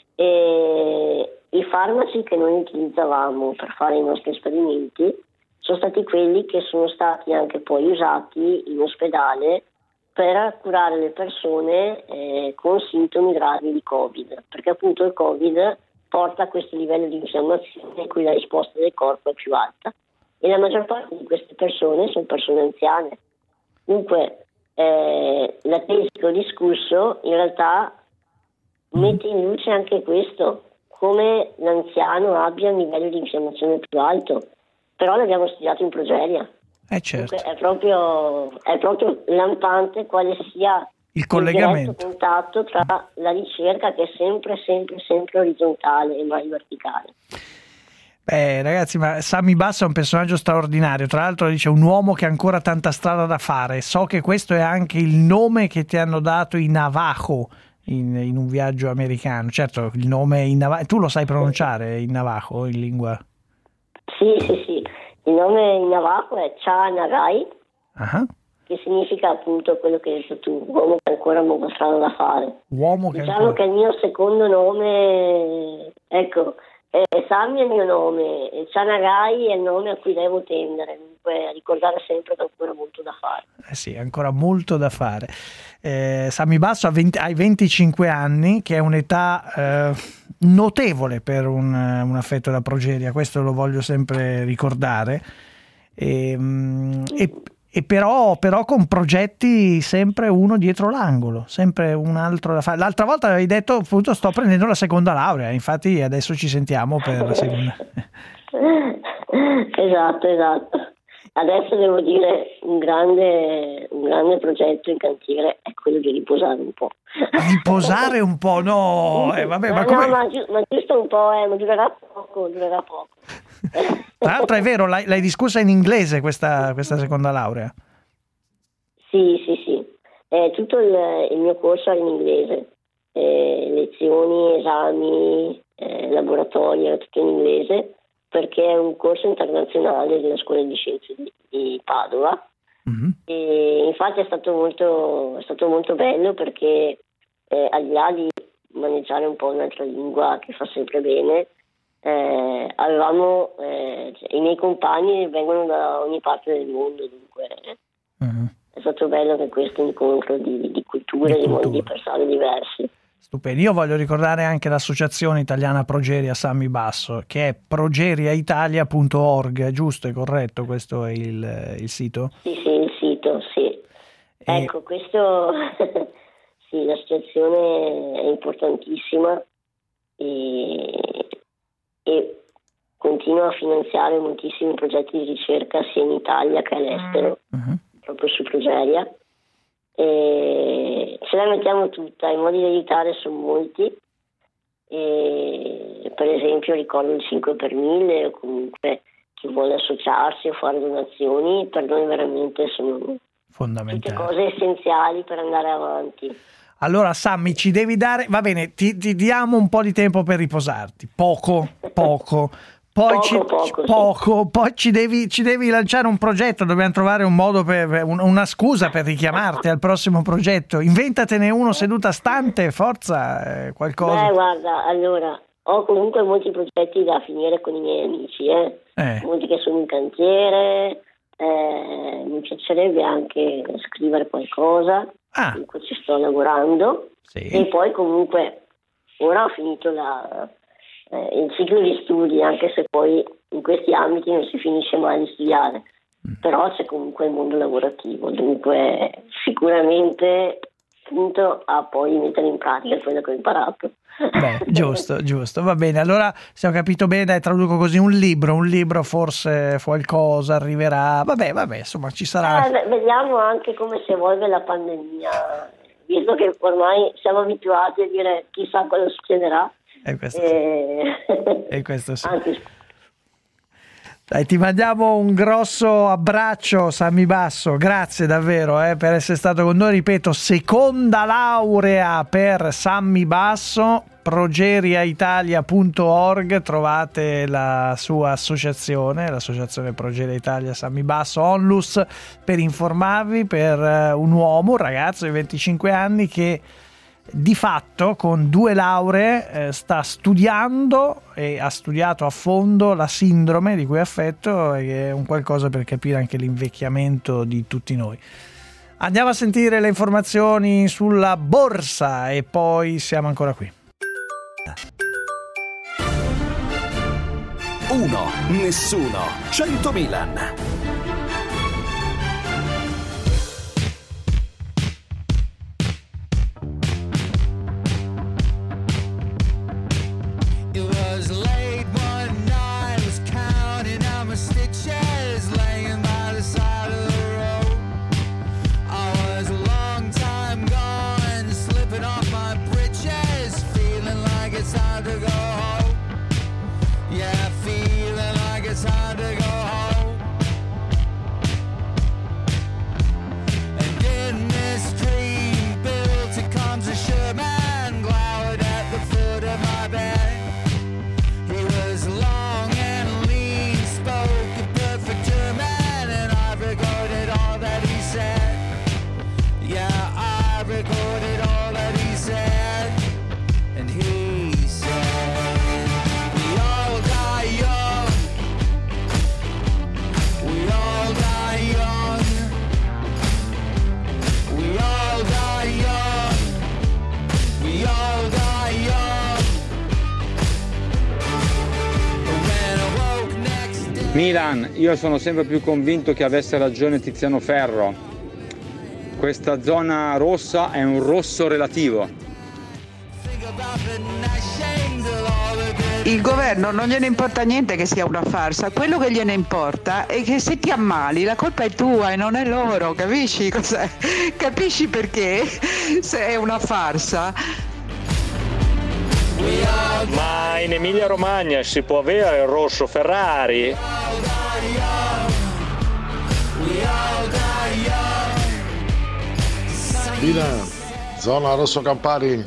E i farmaci che noi utilizzavamo per fare i nostri esperimenti sono stati quelli che sono stati anche poi usati in ospedale per curare le persone eh, con sintomi gravi di Covid, perché appunto il Covid porta a questo livello di infiammazione in cui la risposta del corpo è più alta, e la maggior parte di queste persone sono persone anziane. Dunque eh, la tesi che ho discusso in realtà mette in luce anche questo, come l'anziano abbia un livello di infiammazione più alto, però l'abbiamo studiato in progeria. Eh certo. Dunque, è proprio, è proprio lampante quale sia il collegamento, il contatto tra la ricerca, che è sempre, sempre, sempre orizzontale e mai verticale. Beh, ragazzi, ma Sammy Basso è un personaggio straordinario. Tra l'altro dice un uomo che ha ancora tanta strada da fare. So che questo è anche il nome che ti hanno dato in Navajo in, in un viaggio americano. Certo, il nome in Navajo, tu lo sai pronunciare in Navajo, in lingua? Sì, sì, sì. Il nome in Navajo è Cha Nagai, uh-huh. che significa appunto quello che hai detto tu, uomo che ha ancora molta strada da fare. Uomo che diciamo ancora... che il mio secondo nome, ecco, eh, Sammy è il mio nome, e Cha Nagai è il nome a cui devo tendere, dunque ricordare sempre che ho ancora molto da fare. Eh sì, ancora molto da fare. Eh, Sammy Basso ha venti, hai venticinque anni, che è un'età eh, notevole per un, un affetto da progeria, questo lo voglio sempre ricordare. E, e, e però, però con progetti sempre uno dietro l'angolo, sempre un altro da fare. L'altra volta avevi detto appunto sto prendendo la seconda laurea, infatti adesso ci sentiamo per la seconda. Esatto, esatto. Adesso devo dire un grande, un grande progetto in cantiere è quello di riposare un po'. Riposare un po', no, eh, vabbè, ma, ma, come... no, ma, gi- ma giusto un po', eh, ma durerà poco, durerà poco. Tra l'altro è vero, l'hai, l'hai discussa in inglese questa, questa seconda laurea? Sì, sì, sì. Eh, tutto il, il mio corso era in inglese. Eh, lezioni, esami, eh, laboratori, era tutto in inglese, perché è un corso internazionale della Scuola di Scienze di, di Padova. Mm-hmm. E infatti è stato molto, è stato molto bello, perché eh, al di là di maneggiare un po' un'altra lingua che fa sempre bene, eh, avevamo eh, cioè, i miei compagni vengono da ogni parte del mondo, dunque mm-hmm. è stato bello che questo incontro di, di culture, di, di mondi di persone diversi. Stupendo. Io voglio ricordare anche l'associazione italiana Progeria Sammy Basso, che è progeriaitalia punto org, giusto? È corretto? Questo è il, il sito? Sì, sì, il sito, sì. E... Ecco, questo sì, l'associazione è importantissima e, e continua a finanziare moltissimi progetti di ricerca sia in Italia che all'estero, uh-huh. proprio su Progeria. E ce la mettiamo tutta, i modi di aiutare sono molti, e per esempio ricordo il cinque per mille, o comunque chi vuole associarsi o fare donazioni, per noi veramente sono fondamentali, tutte cose essenziali per andare avanti. Allora Sammy, ci devi dare, va bene, ti, ti diamo un po' di tempo per riposarti, poco, poco. Poi, poco, ci, poco, poco, sì. poi ci, devi, ci devi lanciare un progetto, dobbiamo trovare un modo per, un, una scusa per richiamarti al prossimo progetto. Inventatene uno seduta stante, forza, eh, qualcosa. Beh, guarda, allora, ho comunque molti progetti da finire con i miei amici, eh. Eh. molti che sono in cantiere, eh, mi piacerebbe anche scrivere qualcosa, ah. comunque ci sto lavorando, sì. E poi comunque ora ho finito la... Eh, il ciclo di studi, anche se poi in questi ambiti non si finisce mai di studiare, mm. però c'è comunque il mondo lavorativo, dunque sicuramente punto a poi mettere in pratica quello che ho imparato. Beh, giusto, giusto, va bene. Allora, se ho capito bene, dai, traduco così, un libro, un libro forse qualcosa arriverà, vabbè, vabbè, insomma ci sarà. Eh, vediamo anche come si evolve la pandemia, visto che ormai siamo abituati a dire chissà cosa succederà. E questo, e... sì. e questo sì. Anche... Dai, ti mandiamo un grosso abbraccio, Sammy Basso, grazie davvero eh, per essere stato con noi. Ripeto, seconda laurea per Sammy Basso, progeriaitalia punto org, trovate la sua associazione, l'associazione Progeria Italia Sammy Basso Onlus, per informarvi, per un uomo, un ragazzo di venticinque anni che di fatto con due lauree eh, sta studiando e ha studiato a fondo la sindrome di cui è affetto, e che è un qualcosa per capire anche l'invecchiamento di tutti noi. Andiamo a sentire le informazioni sulla borsa e poi siamo ancora qui. Uno, nessuno, cento Milan. It was late one night, was counting out my stitches, laying by the side of the road. I was a long time gone, slipping off my britches, feeling like it's time to go home. Yeah, feeling like it's time to go home. And in this dream, built it comes a Sherman, glowered at the foot of my bed. He was long and lean, spoke a perfect German, and I recorded all that he said. Yeah, I recorded all that he said. And he said, we all die young. We all die young. We all die young. We all die young. When I woke next day. Milan, io sono sempre più convinto che avesse ragione Tiziano Ferro. Questa zona rossa è un rosso relativo. Il governo non gliene importa niente che sia una farsa, quello che gliene importa è che se ti ammali la colpa è tua e non è loro, capisci cos'è? Capisci perché se è una farsa? Ma in Emilia Romagna si può avere il rosso Ferrari? Milan, zona Rosso Campari.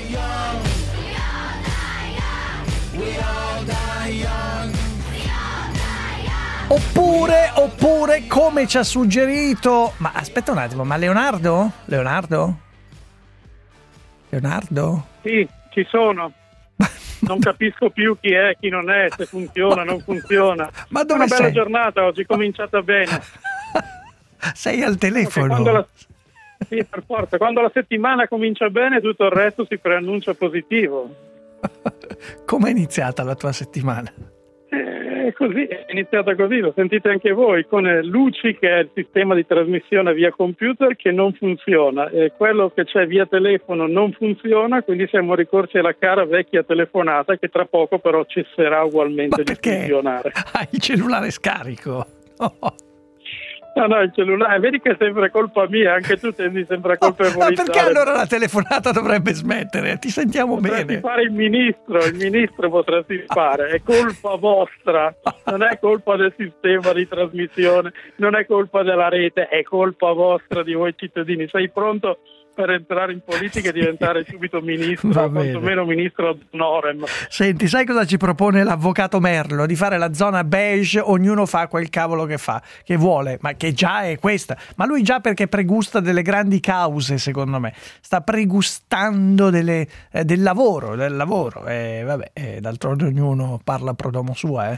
Oppure, oppure come ci ha suggerito, ma aspetta un attimo, ma Leonardo? Leonardo? Leonardo? Sì, ci sono. Non capisco più chi è, chi non è, se funziona, non funziona. Ma dove Una bella sei? giornata oggi, cominciata bene. Sei al telefono? Quando la... Sì, per forza. Quando la settimana comincia bene, tutto il resto si preannuncia positivo. Come è iniziata la tua settimana? È così, è iniziata così, lo sentite anche voi, con Luci, che è il sistema di trasmissione via computer, che non funziona, e quello che c'è via telefono non funziona, quindi siamo ricorsi alla cara vecchia telefonata, che tra poco però cesserà ugualmente di funzionare. Hai il cellulare scarico? Oh. No, no, il cellulare, vedi che è sempre colpa mia, anche tu tendi sempre a colpevolizzare. Ma perché allora la telefonata dovrebbe smettere? Ti sentiamo potresti bene. fare il ministro, il ministro potresti fare, è colpa vostra, non è colpa del sistema di trasmissione, non è colpa della rete, è colpa vostra di voi cittadini. Sei pronto per entrare in politica e diventare subito ministro, Va o quantomeno ministro ad honorem? Senti, sai cosa ci propone l'avvocato Merlo? Di fare la zona beige, ognuno fa quel cavolo che fa, che vuole, ma che già è questa. Ma lui già perché pregusta delle grandi cause, secondo me. Sta pregustando delle, eh, del lavoro, del lavoro. E vabbè, eh, d'altronde ognuno parla pro domo sua, eh.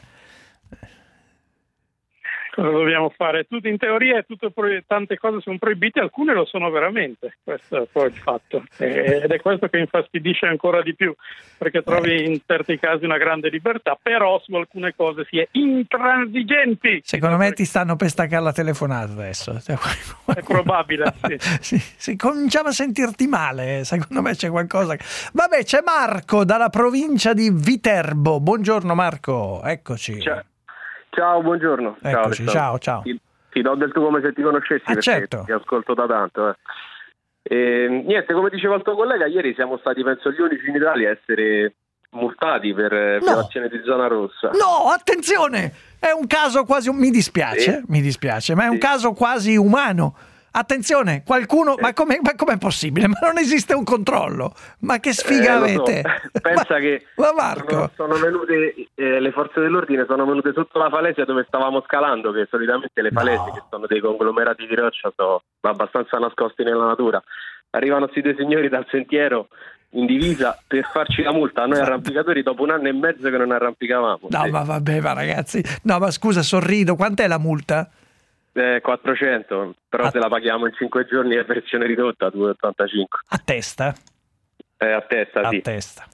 Cosa dobbiamo fare? Tutto in teoria è tutto pro- tante cose sono proibite, alcune lo sono veramente, questo è poi il fatto, ed è questo che infastidisce ancora di più, perché trovi in certi casi una grande libertà, però su alcune cose si è intransigenti. Secondo me ti stanno per staccare la telefonata adesso. È probabile, sì. sì, sì, cominciamo a sentirti male, secondo me c'è qualcosa. Vabbè, c'è Marco dalla provincia di Viterbo. Buongiorno Marco, eccoci. Ciao. Ciao, buongiorno. Eccoci, ciao, ciao, ciao. Ti, ti do del tu come se ti conoscessi, ah, perché certo. ti ascolto da tanto. Eh. E, niente, come diceva il tuo collega, ieri siamo stati, penso, gli unici in Italia a essere multati per no. violazione di zona rossa. No, attenzione! È un caso quasi... Mi dispiace, sì. mi dispiace, ma è sì. un caso quasi umano. Attenzione, qualcuno, ma come ma com'è possibile? Ma non esiste un controllo? Ma che sfiga eh, avete? So. Pensa ma, che ma Marco. sono, sono venute eh, le forze dell'ordine sono venute sotto la falesia dove stavamo scalando, che solitamente le falesi, no. che sono dei conglomerati di roccia, sono abbastanza nascosti nella natura. Arrivano questi due signori dal sentiero in divisa per farci la multa a noi arrampicatori dopo un anno e mezzo che non arrampicavamo. No, sì. ma vabbè, ma ragazzi, no, ma scusa, sorrido, quant'è la multa? Eh, quattrocento, però a... se la paghiamo in cinque giorni è versione ridotta, due virgola ottantacinque. A testa? Eh, a testa, a sì. testa.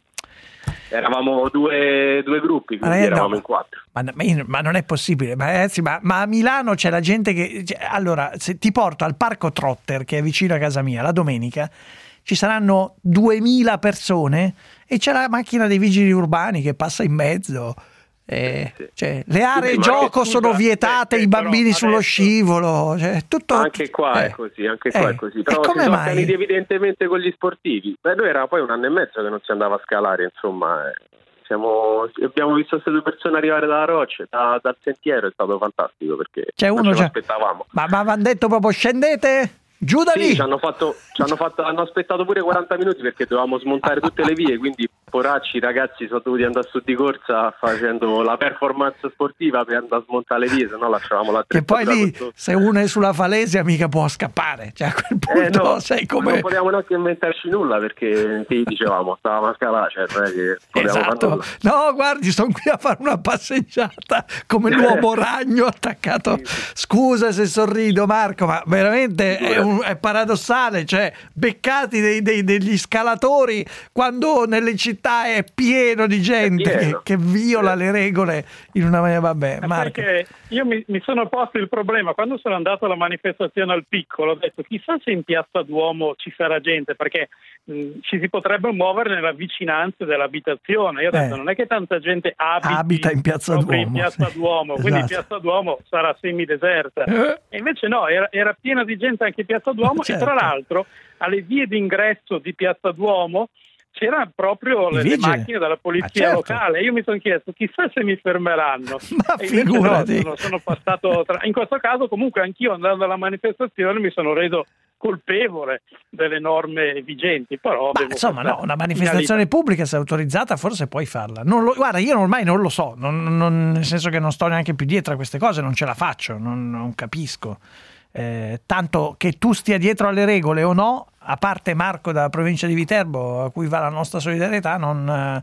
Eravamo due, due gruppi, quindi ma eravamo no, in quattro. Ma, ma, ma non è possibile, ma, ragazzi, ma, ma a Milano c'è la gente che... Cioè, allora, se ti porto al Parco Trotter, che è vicino a casa mia, la domenica, ci saranno duemila persone e c'è la macchina dei vigili urbani che passa in mezzo. Eh, sì. Cioè, le aree sì, gioco sono vietate, eh, i bambini sullo adesso... scivolo, cioè, tutto... anche qua eh. è così, anche qua eh. è così, però si sono accaniti evidentemente con gli sportivi. Beh, noi era poi un anno e mezzo che non si andava a scalare, insomma, eh. Siamo... abbiamo visto queste due persone arrivare dalla roccia, da, dal sentiero, è stato fantastico perché c'è uno non ce già... l'aspettavamo. Ma mi hanno detto proprio scendete? Giù da lì! Sì, ci hanno fatto, ci hanno fatto, hanno aspettato pure quaranta minuti perché dovevamo smontare tutte le vie, quindi poracci i ragazzi sono dovuti andare su di corsa facendo la performance sportiva per andare a smontare le vie, se no lasciavamo la che poi lì tutto. Se uno è sulla falesia mica può scappare, cioè a quel punto eh no, sai come non potevamo neanche inventarci nulla perché che dicevamo stavamo a scalare, cioè non è che esatto. No, guardi, sono qui a fare una passeggiata come l'uomo ragno attaccato. Scusa se sorrido Marco, ma veramente è, un, è paradossale, cioè beccati dei, dei, degli scalatori quando nelle città è pieno di gente pieno. Che, che viola le regole in una maniera, vabbè, Marco. Perché io mi, mi sono posto il problema quando sono andato alla manifestazione al Piccolo, ho detto chissà se in Piazza Duomo ci sarà gente, perché mh, ci si potrebbe muovere nella vicinanza dell'abitazione. Io ho detto eh. non è che tanta gente abiti abita in Piazza Duomo, in Piazza sì. Duomo quindi esatto. Piazza Duomo sarà semideserta eh. e invece no, era, era piena di gente anche in Piazza Duomo certo. E tra l'altro alle vie d'ingresso di Piazza Duomo c'erano proprio le, le macchine della polizia certo. locale. Io mi sono chiesto chissà se mi fermeranno. Ma e figurati. No, sono passato tra... in questo caso comunque anch'io andando alla manifestazione mi sono reso colpevole delle norme vigenti, però ma, insomma no, una manifestazione pubblica se è autorizzata forse puoi farla. Non lo, guarda, io ormai non lo so, non, non, nel senso che non sto neanche più dietro a queste cose, non ce la faccio, non, non capisco. Eh, tanto che tu stia dietro alle regole o no, a parte Marco dalla provincia di Viterbo a cui va la nostra solidarietà, non,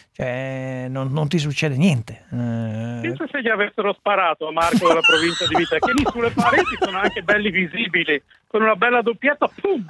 cioè, non, non ti succede niente. Eh... Penso se gli avessero sparato a Marco della provincia di Viterbo, che lì sulle pareti sono anche belli visibili, con una bella doppietta, pum!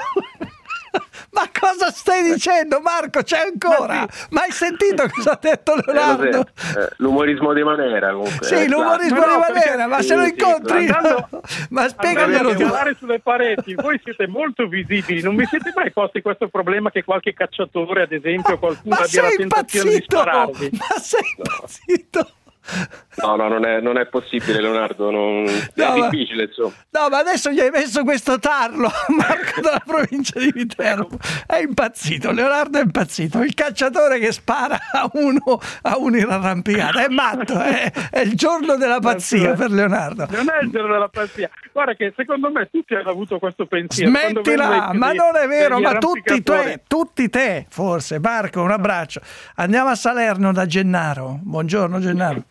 Ma cosa stai dicendo Marco? C'è ancora? Ma hai sentito cosa ha detto Leonardo? Eh, l'umorismo di Manera comunque. Sì, l'umorismo di Manera, ma se lo incontri sì, andando, ma spiegaglielo tu. Andare sulle pareti, voi siete molto visibili, non vi siete mai posti questo problema che qualche cacciatore, ad esempio, qualcuno ma abbia la tentazione di spararvi? Ma sei impazzito? No, no, non è, non è possibile, Leonardo, non... no, è difficile, insomma. No, ma adesso gli hai messo questo tarlo, Marco della provincia di Viterbo. È impazzito, Leonardo è impazzito. Il cacciatore che spara a uno a uno in arrampicata. È matto, è, è il giorno della pazzia per Leonardo. Non è il giorno della pazzia. Guarda che secondo me tutti hanno avuto questo pensiero. Smettila, ma non è vero, ma tutti te, tutti te, forse. Marco, un abbraccio. Andiamo a Salerno da Gennaro. Buongiorno Gennaro.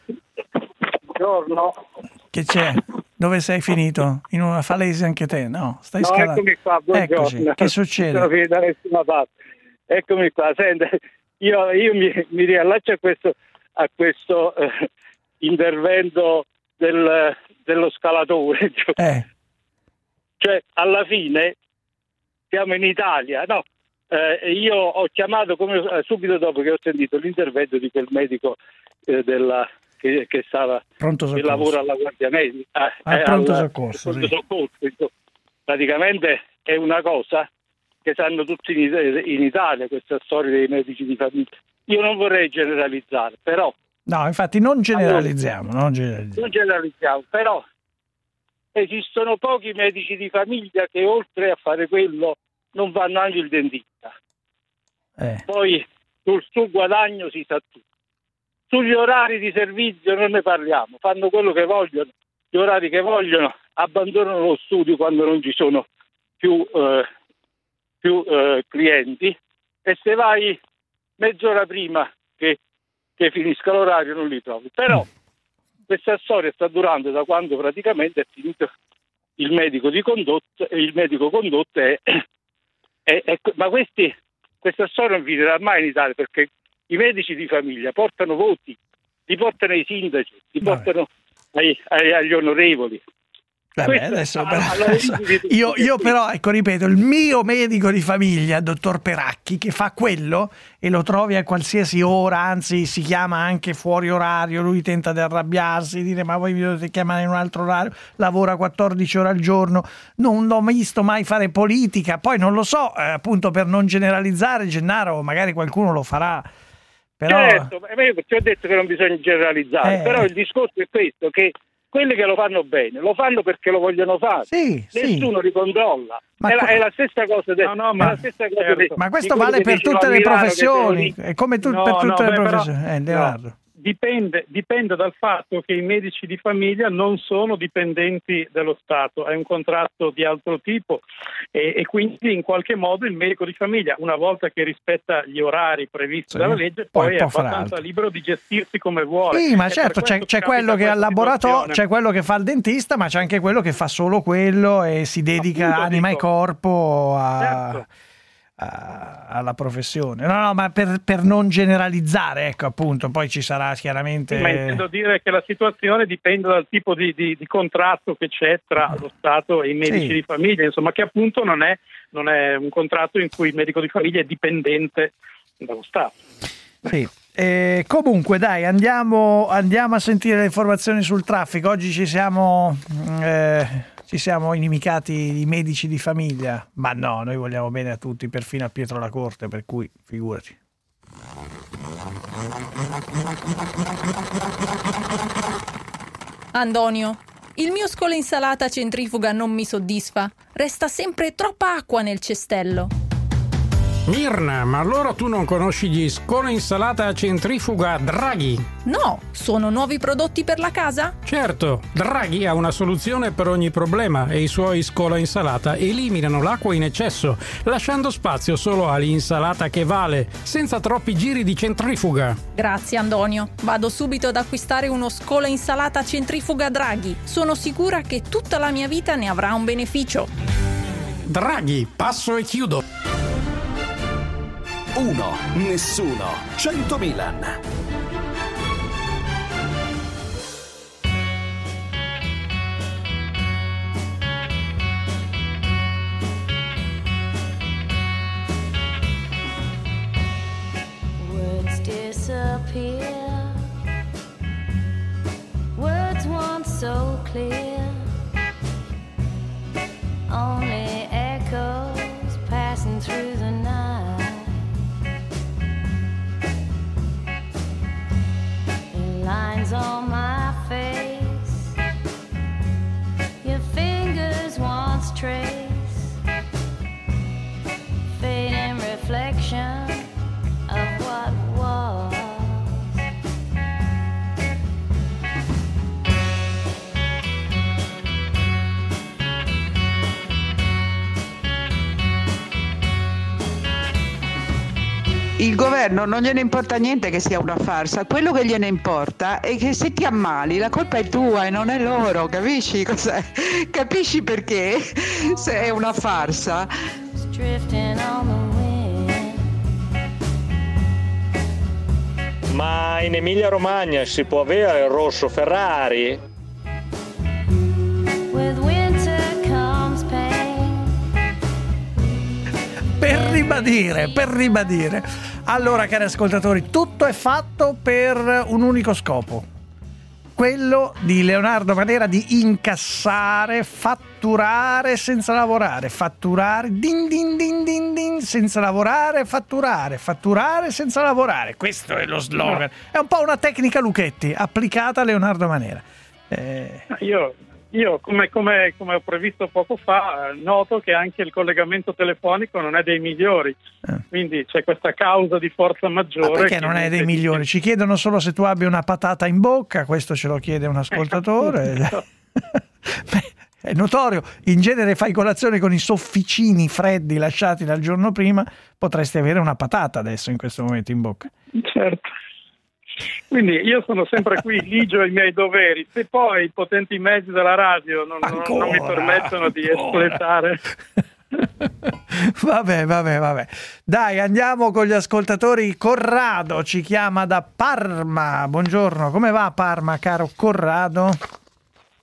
Buongiorno. Che c'è? Dove sei finito? In una falesia anche te? No, stai no, scalando. Eccomi qua, buongiorno. Eccoci. Che succede? Sono finito da nessuna parte. Eccomi qua, senti, io, io mi, mi riallaccio a questo, a questo eh, intervento del, dello scalatore. Eh. Cioè, alla fine siamo in Italia, no? Eh, io ho chiamato come, subito dopo che ho sentito l'intervento di quel medico eh, della Che, che stava che lavora alla Guardia Medica eh, al pronto soccorso, pronto sì. soccorso. Praticamente è una cosa che sanno tutti in, in Italia, questa storia dei medici di famiglia. Io non vorrei generalizzare, però no, infatti non generalizziamo, allora, non generalizziamo. non generalizziamo, però esistono pochi medici di famiglia che oltre a fare quello non vanno anche il dentista. Eh. Poi sul suo guadagno si sa tutto. Sugli orari di servizio non ne parliamo, fanno quello che vogliono, gli orari che vogliono, abbandonano lo studio quando non ci sono più, eh, più eh, clienti e se vai mezz'ora prima che, che finisca l'orario non li trovi. Però questa storia sta durando da quando praticamente è finito il medico di condotta, il medico condotta è, è, è, ma questi, questa storia non finirà mai in Italia perché i medici di famiglia portano voti, li portano ai sindaci, li portano ai, ai, agli onorevoli. Vabbè, adesso, però, adesso, io, io però, ecco, ripeto, il mio medico di famiglia, dottor Peracchi, che fa quello e lo trovi a qualsiasi ora, anzi si chiama anche fuori orario, lui tenta di arrabbiarsi, dire ma voi mi dovete chiamare in un altro orario, lavora quattordici ore al giorno, non l'ho visto mai fare politica, poi non lo so, eh, appunto per non generalizzare, Gennaro, magari qualcuno lo farà. Però... Certo, io ti ho detto che non bisogna generalizzare, Eh. però il discorso è questo, che quelli che lo fanno bene, lo fanno perché lo vogliono fare, sì, nessuno sì. li controlla. Ma È, la, que- è la stessa cosa, de- No, no, è ma- la stessa cosa certo. de- Ma questo di quelli vale che per dicono tutte a le Milano che professioni, sono è come tu- No, per no, tutte le beh, però- professioni. Eh, Leonardo. no. Dipende, dipende dal fatto che i medici di famiglia non sono dipendenti dello Stato, è un contratto di altro tipo e, e quindi in qualche modo il medico di famiglia, una volta che rispetta gli orari previsti Sì. dalla legge, Poi poi, è può fare abbastanza altro. libero di gestirsi come vuole. Sì, ma E certo, per c'è, questo c'è quello che capita al questa laboratorio, situazione. c'è quello che fa il dentista, ma c'è anche quello che fa solo quello e si dedica Appunto, anima dico. e corpo a, Certo. a- alla professione. No, no, ma per, per non generalizzare, ecco, appunto, poi ci sarà chiaramente... Sì, ma intendo dire che la situazione dipende dal tipo di, di- di contratto che c'è tra lo Stato e i medici Sì. di famiglia, insomma, che appunto non è, non è un contratto in cui il medico di famiglia è dipendente dallo Stato. Sì. Eh, comunque dai, andiamo, andiamo a sentire le informazioni sul traffico. Oggi ci siamo eh, ci siamo inimicati i medici di famiglia, ma no, noi vogliamo bene a tutti, perfino a Pietro La Corte, per cui figurati. Antonio, il mio scola insalata centrifuga non mi soddisfa. Resta sempre troppa acqua nel cestello. Mirna, ma allora tu non conosci gli scola insalata centrifuga Draghi? No, sono nuovi prodotti per la casa? Certo, Draghi ha una soluzione per ogni problema e i suoi scola insalata eliminano l'acqua in eccesso, lasciando spazio solo all'insalata che vale, senza troppi giri di centrifuga. Grazie Antonio, vado subito ad acquistare uno scola insalata centrifuga Draghi. Sono sicura che tutta la mia vita ne avrà un beneficio. Draghi, passo e chiudo. Uno, nessuno, cento Milan. Words disappear. Words once so clear. Only echoes passing through the night. Lines on my face. Your fingers once trace. Fading reflection of what was. Il governo non gliene importa niente che sia una farsa, quello che gliene importa è che se ti ammali la colpa è tua e non è loro, capisci cos'è? Capisci perché se è una farsa? Drifting on the wind. Ma in Emilia Romagna si può avere il rosso Ferrari? With winter comes pain. Per ribadire, per ribadire. Allora, cari ascoltatori, tutto è fatto per un unico scopo. Quello di Leonardo Manera di incassare, fatturare senza lavorare, fatturare, din din din din din, senza lavorare, fatturare, fatturare senza lavorare. Questo è lo slogan. È un po' una tecnica Lucchetti applicata a Leonardo Manera. Eh... Io, io come, come, come ho previsto poco fa, eh, noto che anche il collegamento telefonico non è dei migliori, quindi c'è questa causa di forza maggiore. Ma perché che non è dei migliori? Ci chiedono solo se tu abbia una patata in bocca, questo ce lo chiede un ascoltatore. Beh, è notorio, in genere fai colazione con i sofficini freddi lasciati dal giorno prima, potresti avere una patata adesso in questo momento in bocca. Certo. Quindi io sono sempre qui ligio ai miei doveri, se poi i potenti mezzi della radio non, non, non mi permettono di espletare. Vabbè, vabbè, vabbè. Dai, andiamo con gli ascoltatori. Corrado ci chiama da Parma. Buongiorno, come va Parma, caro Corrado?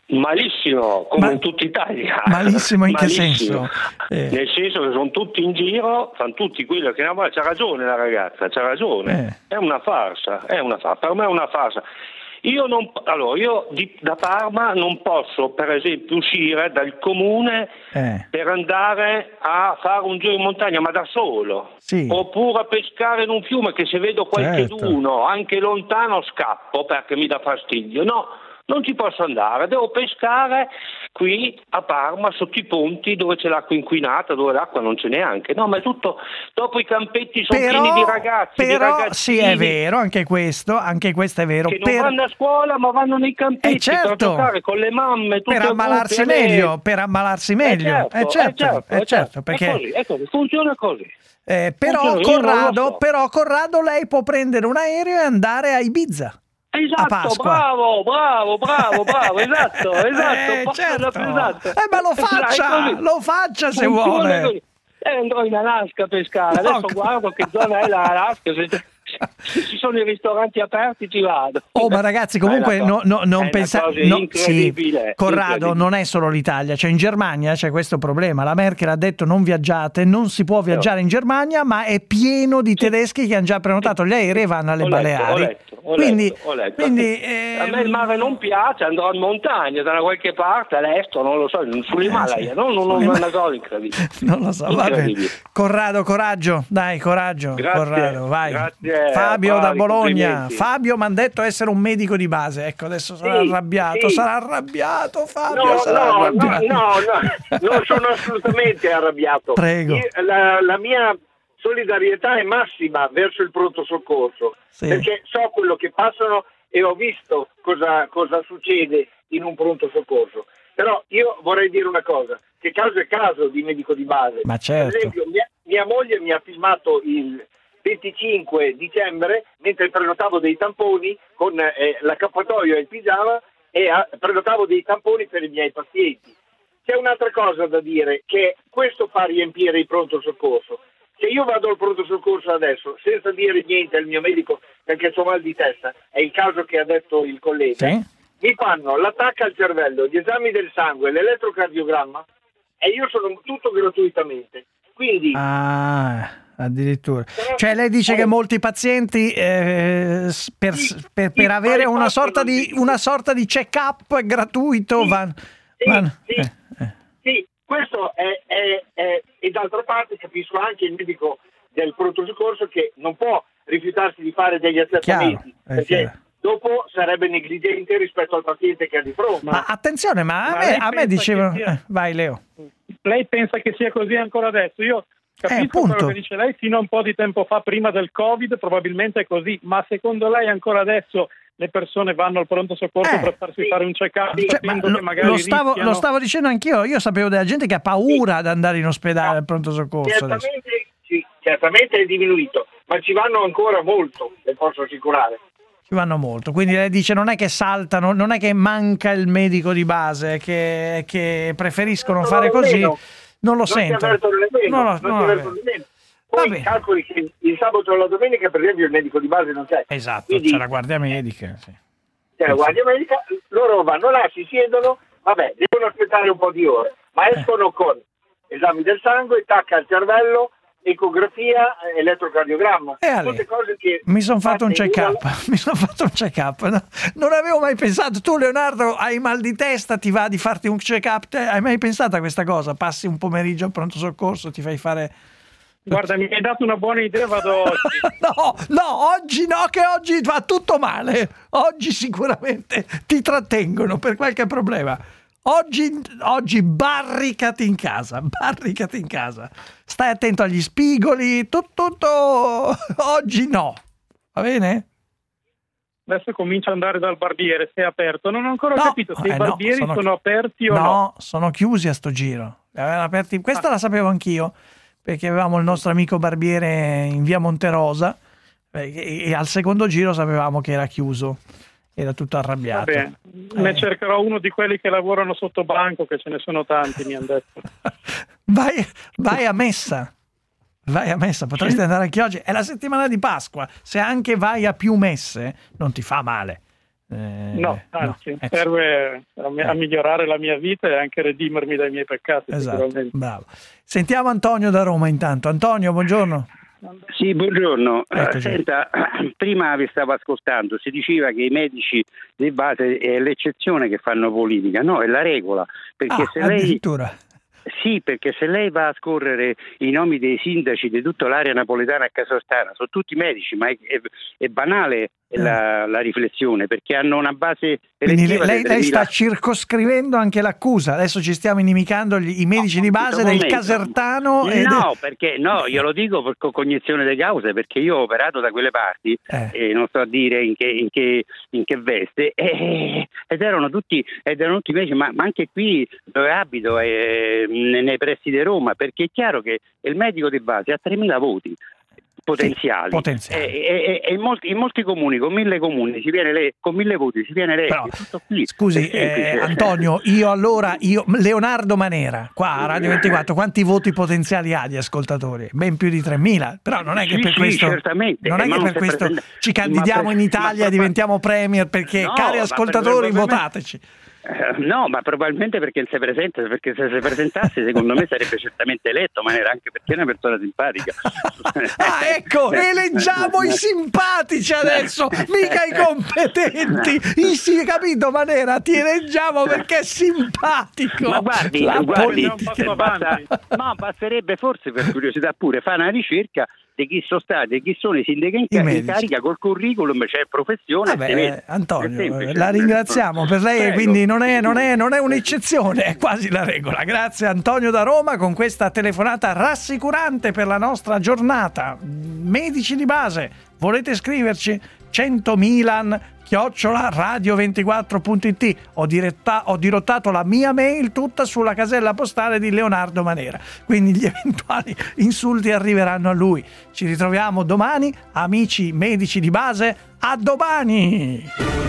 Malissimo, come Ma- in tutta Italia. Malissimo in che Malissimo. senso? Eh. Nel senso che sono tutti in giro, fanno tutti quello che c'ha ragione la ragazza, c'ha ragione. Eh. È una farsa, è una farsa, per me è una farsa. Io non allora io di, da Parma non posso per esempio uscire dal comune Eh. per andare a fare un giro in montagna, ma da solo. Sì. Oppure a pescare in un fiume, che se vedo qualcheduno Certo. anche lontano scappo perché mi dà fastidio. No, non ci posso andare, devo pescare qui a Parma sotto i ponti dove c'è l'acqua inquinata, dove l'acqua non c'è neanche. No, ma è tutto, dopo i campetti sono Però, pieni di ragazzi, di però ragazzini sì, è vero, anche questo, anche questo è vero. che non Per, vanno a scuola ma vanno nei campetti Eh, certo. per giocare con le mamme, tutte per ammalarsi avulte, meglio, per ammalarsi meglio. certo, Eh, certo, eh, certo, eh, eh, certo, è perché così, è così, funziona così. eh, però, Funziona, io non lo Corrado, so. però Corrado lei può prendere un aereo e andare a Ibiza. A Esatto, Pasqua. bravo, bravo, bravo, bravo, esatto, esatto, Eh, posso- certo. esatto. Eh, ma lo Dai, faccia, così. lo faccia se Funziona vuole. così. Eh, andrò in Alaska a pescare, No, adesso co- guardo che zona è l'Alaska, se, se ci sono i ristoranti aperti ci vado. Oh, ma ragazzi, Ma è comunque una no, cosa- no, è non una pensate. cosa No, sì, incredibile, Corrado, incredibile. non è solo l'Italia, cioè in Germania c'è questo problema. La Merkel ha detto non viaggiate, non si può viaggiare in Germania, ma è pieno di tedeschi che hanno già prenotato gli aerei e vanno alle Ho letto, Baleari. ho letto, ho quindi, letto, ho letto. quindi, eh, a me il mare non piace, andrò in montagna da qualche parte, all'est, non lo so, sull'Himalaya, Eh, sì. no? non, non, Sull'Him- è una cosa incredibile. non lo so, va bene. Incredibile. Corrado, coraggio, dai, coraggio. Grazie, Corrado, vai. grazie, Fabio da Pari, Bologna. complimenti. Fabio mi ha detto essere un medico di base. Ecco, adesso sarà Sì, arrabbiato, sì. sarà arrabbiato Fabio, No, sarà no, no, arrabbiato. no, no, non sono assolutamente arrabbiato. Prego. Io- la, la mia solidarietà è massima verso il pronto soccorso, Sì. perché so quello che passano e ho visto cosa, cosa succede in un pronto soccorso. Però io vorrei dire una cosa, che caso è caso di medico di base. Ma certo. Per esempio, mia, mia moglie mi ha filmato il venticinque dicembre mentre prenotavo dei tamponi con eh, l'accappatoio e il pigiama e ah, prenotavo dei tamponi per i miei pazienti. C'è un'altra cosa da dire, che questo fa riempire il pronto soccorso. Se io vado al pronto soccorso adesso senza dire niente al mio medico perché ho mal di testa, è il caso che ha detto il collega, Sì. mi fanno l'attacco al cervello, gli esami del sangue, l'elettrocardiogramma e io sono tutto gratuitamente. Quindi Ah, addirittura. Cioè lei dice che molti pazienti eh, s- per, s- per- per avere una sorta di una sorta di check-up gratuito vanno... vanno- sì, eh, sì, questo è, è- è- e d'altra parte capisco anche il medico del pronto soccorso che non può rifiutarsi di fare degli accertamenti Chiaro, è perché chiaro. dopo sarebbe negligente rispetto al paziente che ha di fronte. Ma attenzione, ma a Ma me, lei a me pensa dicevano... che sia- eh, vai Leo. Lei pensa che sia così ancora adesso? Io capisco appunto. quello che dice lei, fino a un po' di tempo fa, prima del Covid, probabilmente è così, ma secondo lei ancora adesso le persone vanno al pronto soccorso Eh. per farsi fare un check-up, Cioè, ma sapendo lo, che magari lo stavo, rischiano? lo stavo dicendo anch'io, io sapevo della gente che ha paura ad andare in ospedale al pronto soccorso adesso. Certamente, sì, certamente è diminuito, ma ci vanno ancora molto, le posso assicurare. Ci vanno molto, quindi lei dice non è che saltano, non è che manca il medico di base, che, che preferiscono No, fare no, così, nemmeno. non lo Non ti sento. avverto nemmeno, Non lo- non ti non lo avverto vedo. nemmeno. Poi calcoli che il sabato e la domenica per esempio il medico di base non c'è. Esatto, Quindi c'è la guardia medica. Sì. c'è la guardia medica, loro vanno là, si siedono, vabbè, devono aspettare un po' di ore, ma escono con esami del sangue, tacca al cervello, ecografia, eh, elettrocardiogramma, E Ale, tutte cose che Mi sono fatto un fatte in check-up, una- mi sono fatto un check-up. No, non avevo mai pensato, tu Leonardo hai mal di testa, ti va di farti un check-up, Te- hai mai pensato a questa cosa? Passi un pomeriggio al pronto soccorso, ti fai fare... Guarda, mi hai dato una buona idea, vado oggi. No, no, oggi no, che oggi va tutto male. Oggi sicuramente ti trattengono per qualche problema. Oggi, oggi barricati in casa, barricati in casa. Stai attento agli spigoli, tutto, tutto. Oggi no, va bene? Adesso comincio ad andare dal barbiere, se è aperto. Non ho ancora No, capito se eh, i no, barbieri sono- sono, aperti o no. No, sono chiusi a sto giro. Li avevano aperti. Questa la sapevo anch'io, perché avevamo il nostro amico barbiere in via Monterosa eh, e, e al secondo giro sapevamo che era chiuso. Era tutto arrabbiato. Vabbè, ne Eh. cercherò uno di quelli che lavorano sotto banco, che ce ne sono tanti, mi hanno detto. Vai, vai a messa. Vai a messa, potresti andare anche oggi. È la settimana di Pasqua. Se anche vai a più messe, non ti fa male. Eh, No, anzi, no. Eh, serve a, mi- a migliorare la mia vita e anche redimermi dai miei peccati. Esatto, Sicuramente. bravo. Sentiamo Antonio da Roma intanto. Antonio, buongiorno. Sì, buongiorno. Eh, Eccoci. senta, prima vi stavo ascoltando, si diceva che i medici di base è l'eccezione che fanno politica, no, è la regola, perché Ah, se lei addirittura. sì, perché se lei va a scorrere i nomi dei sindaci di tutta l'area napoletana e casertana, sono tutti medici, ma è, è- è banale la, la riflessione, perché hanno una base Quindi elettiva lei, di lei sta tremila circoscrivendo anche l'accusa. Adesso ci stiamo inimicando gli- i medici di base un del momento. casertano. e No, perché no, io lo dico per co- cognizione di cause, perché io ho operato da quelle parti Eh. e non so a dire in che, in che, in che veste e- ed erano tutti ed erano tutti medici, ma, ma anche qui dove abito eh, nei nei pressi di Roma, perché è chiaro che il medico di base ha tremila voti potenziali, potenziali. E, e- e in, molti, in molti comuni, con mille comuni si viene le, con mille voti si viene eletti. Però, tutto qui. Scusi, È semplice. eh, Antonio, io allora, io, Leonardo Manera, qua a Radio ventiquattro, quanti voti potenziali ha di ascoltatori? Ben più di tremila, però non è che Sì, per sì, questo, certamente, non è eh, ma che non per si questo presenta- ci candidiamo ma per- in Italia ma- e diventiamo premier, perché No, cari ma ascoltatori, per- votateci. Eh, No, ma probabilmente perché non si presenta, perché se si presentasse secondo me sarebbe certamente eletto, ma era anche perché è una persona simpatica. Ah, ecco, eleggiamo i simpatici adesso, mica i competenti. I sì, capito, Manera? Ti eleggiamo perché è simpatico. Ma guardi, La guardi politica. basta- no, basterebbe forse per curiosità pure fare una ricerca di chi sono stati e chi sono i sindaci in, I ca- in medici. carica col curriculum, c'è professione. Vabbè, si vede. eh, Antonio, È semplice. la ringraziamo per lei, Prego. quindi non è, non, è, non è un'eccezione, è quasi la regola. Grazie Antonio da Roma con questa telefonata rassicurante per la nostra giornata. Medici di base, volete scriverci? cento Milan chiocciola radio ventiquattro punto it. Ho, diretta, ho dirottato la mia mail tutta sulla casella postale di Leonardo Manera, quindi gli eventuali insulti arriveranno a lui. Ci ritroviamo domani, amici medici di base, a domani!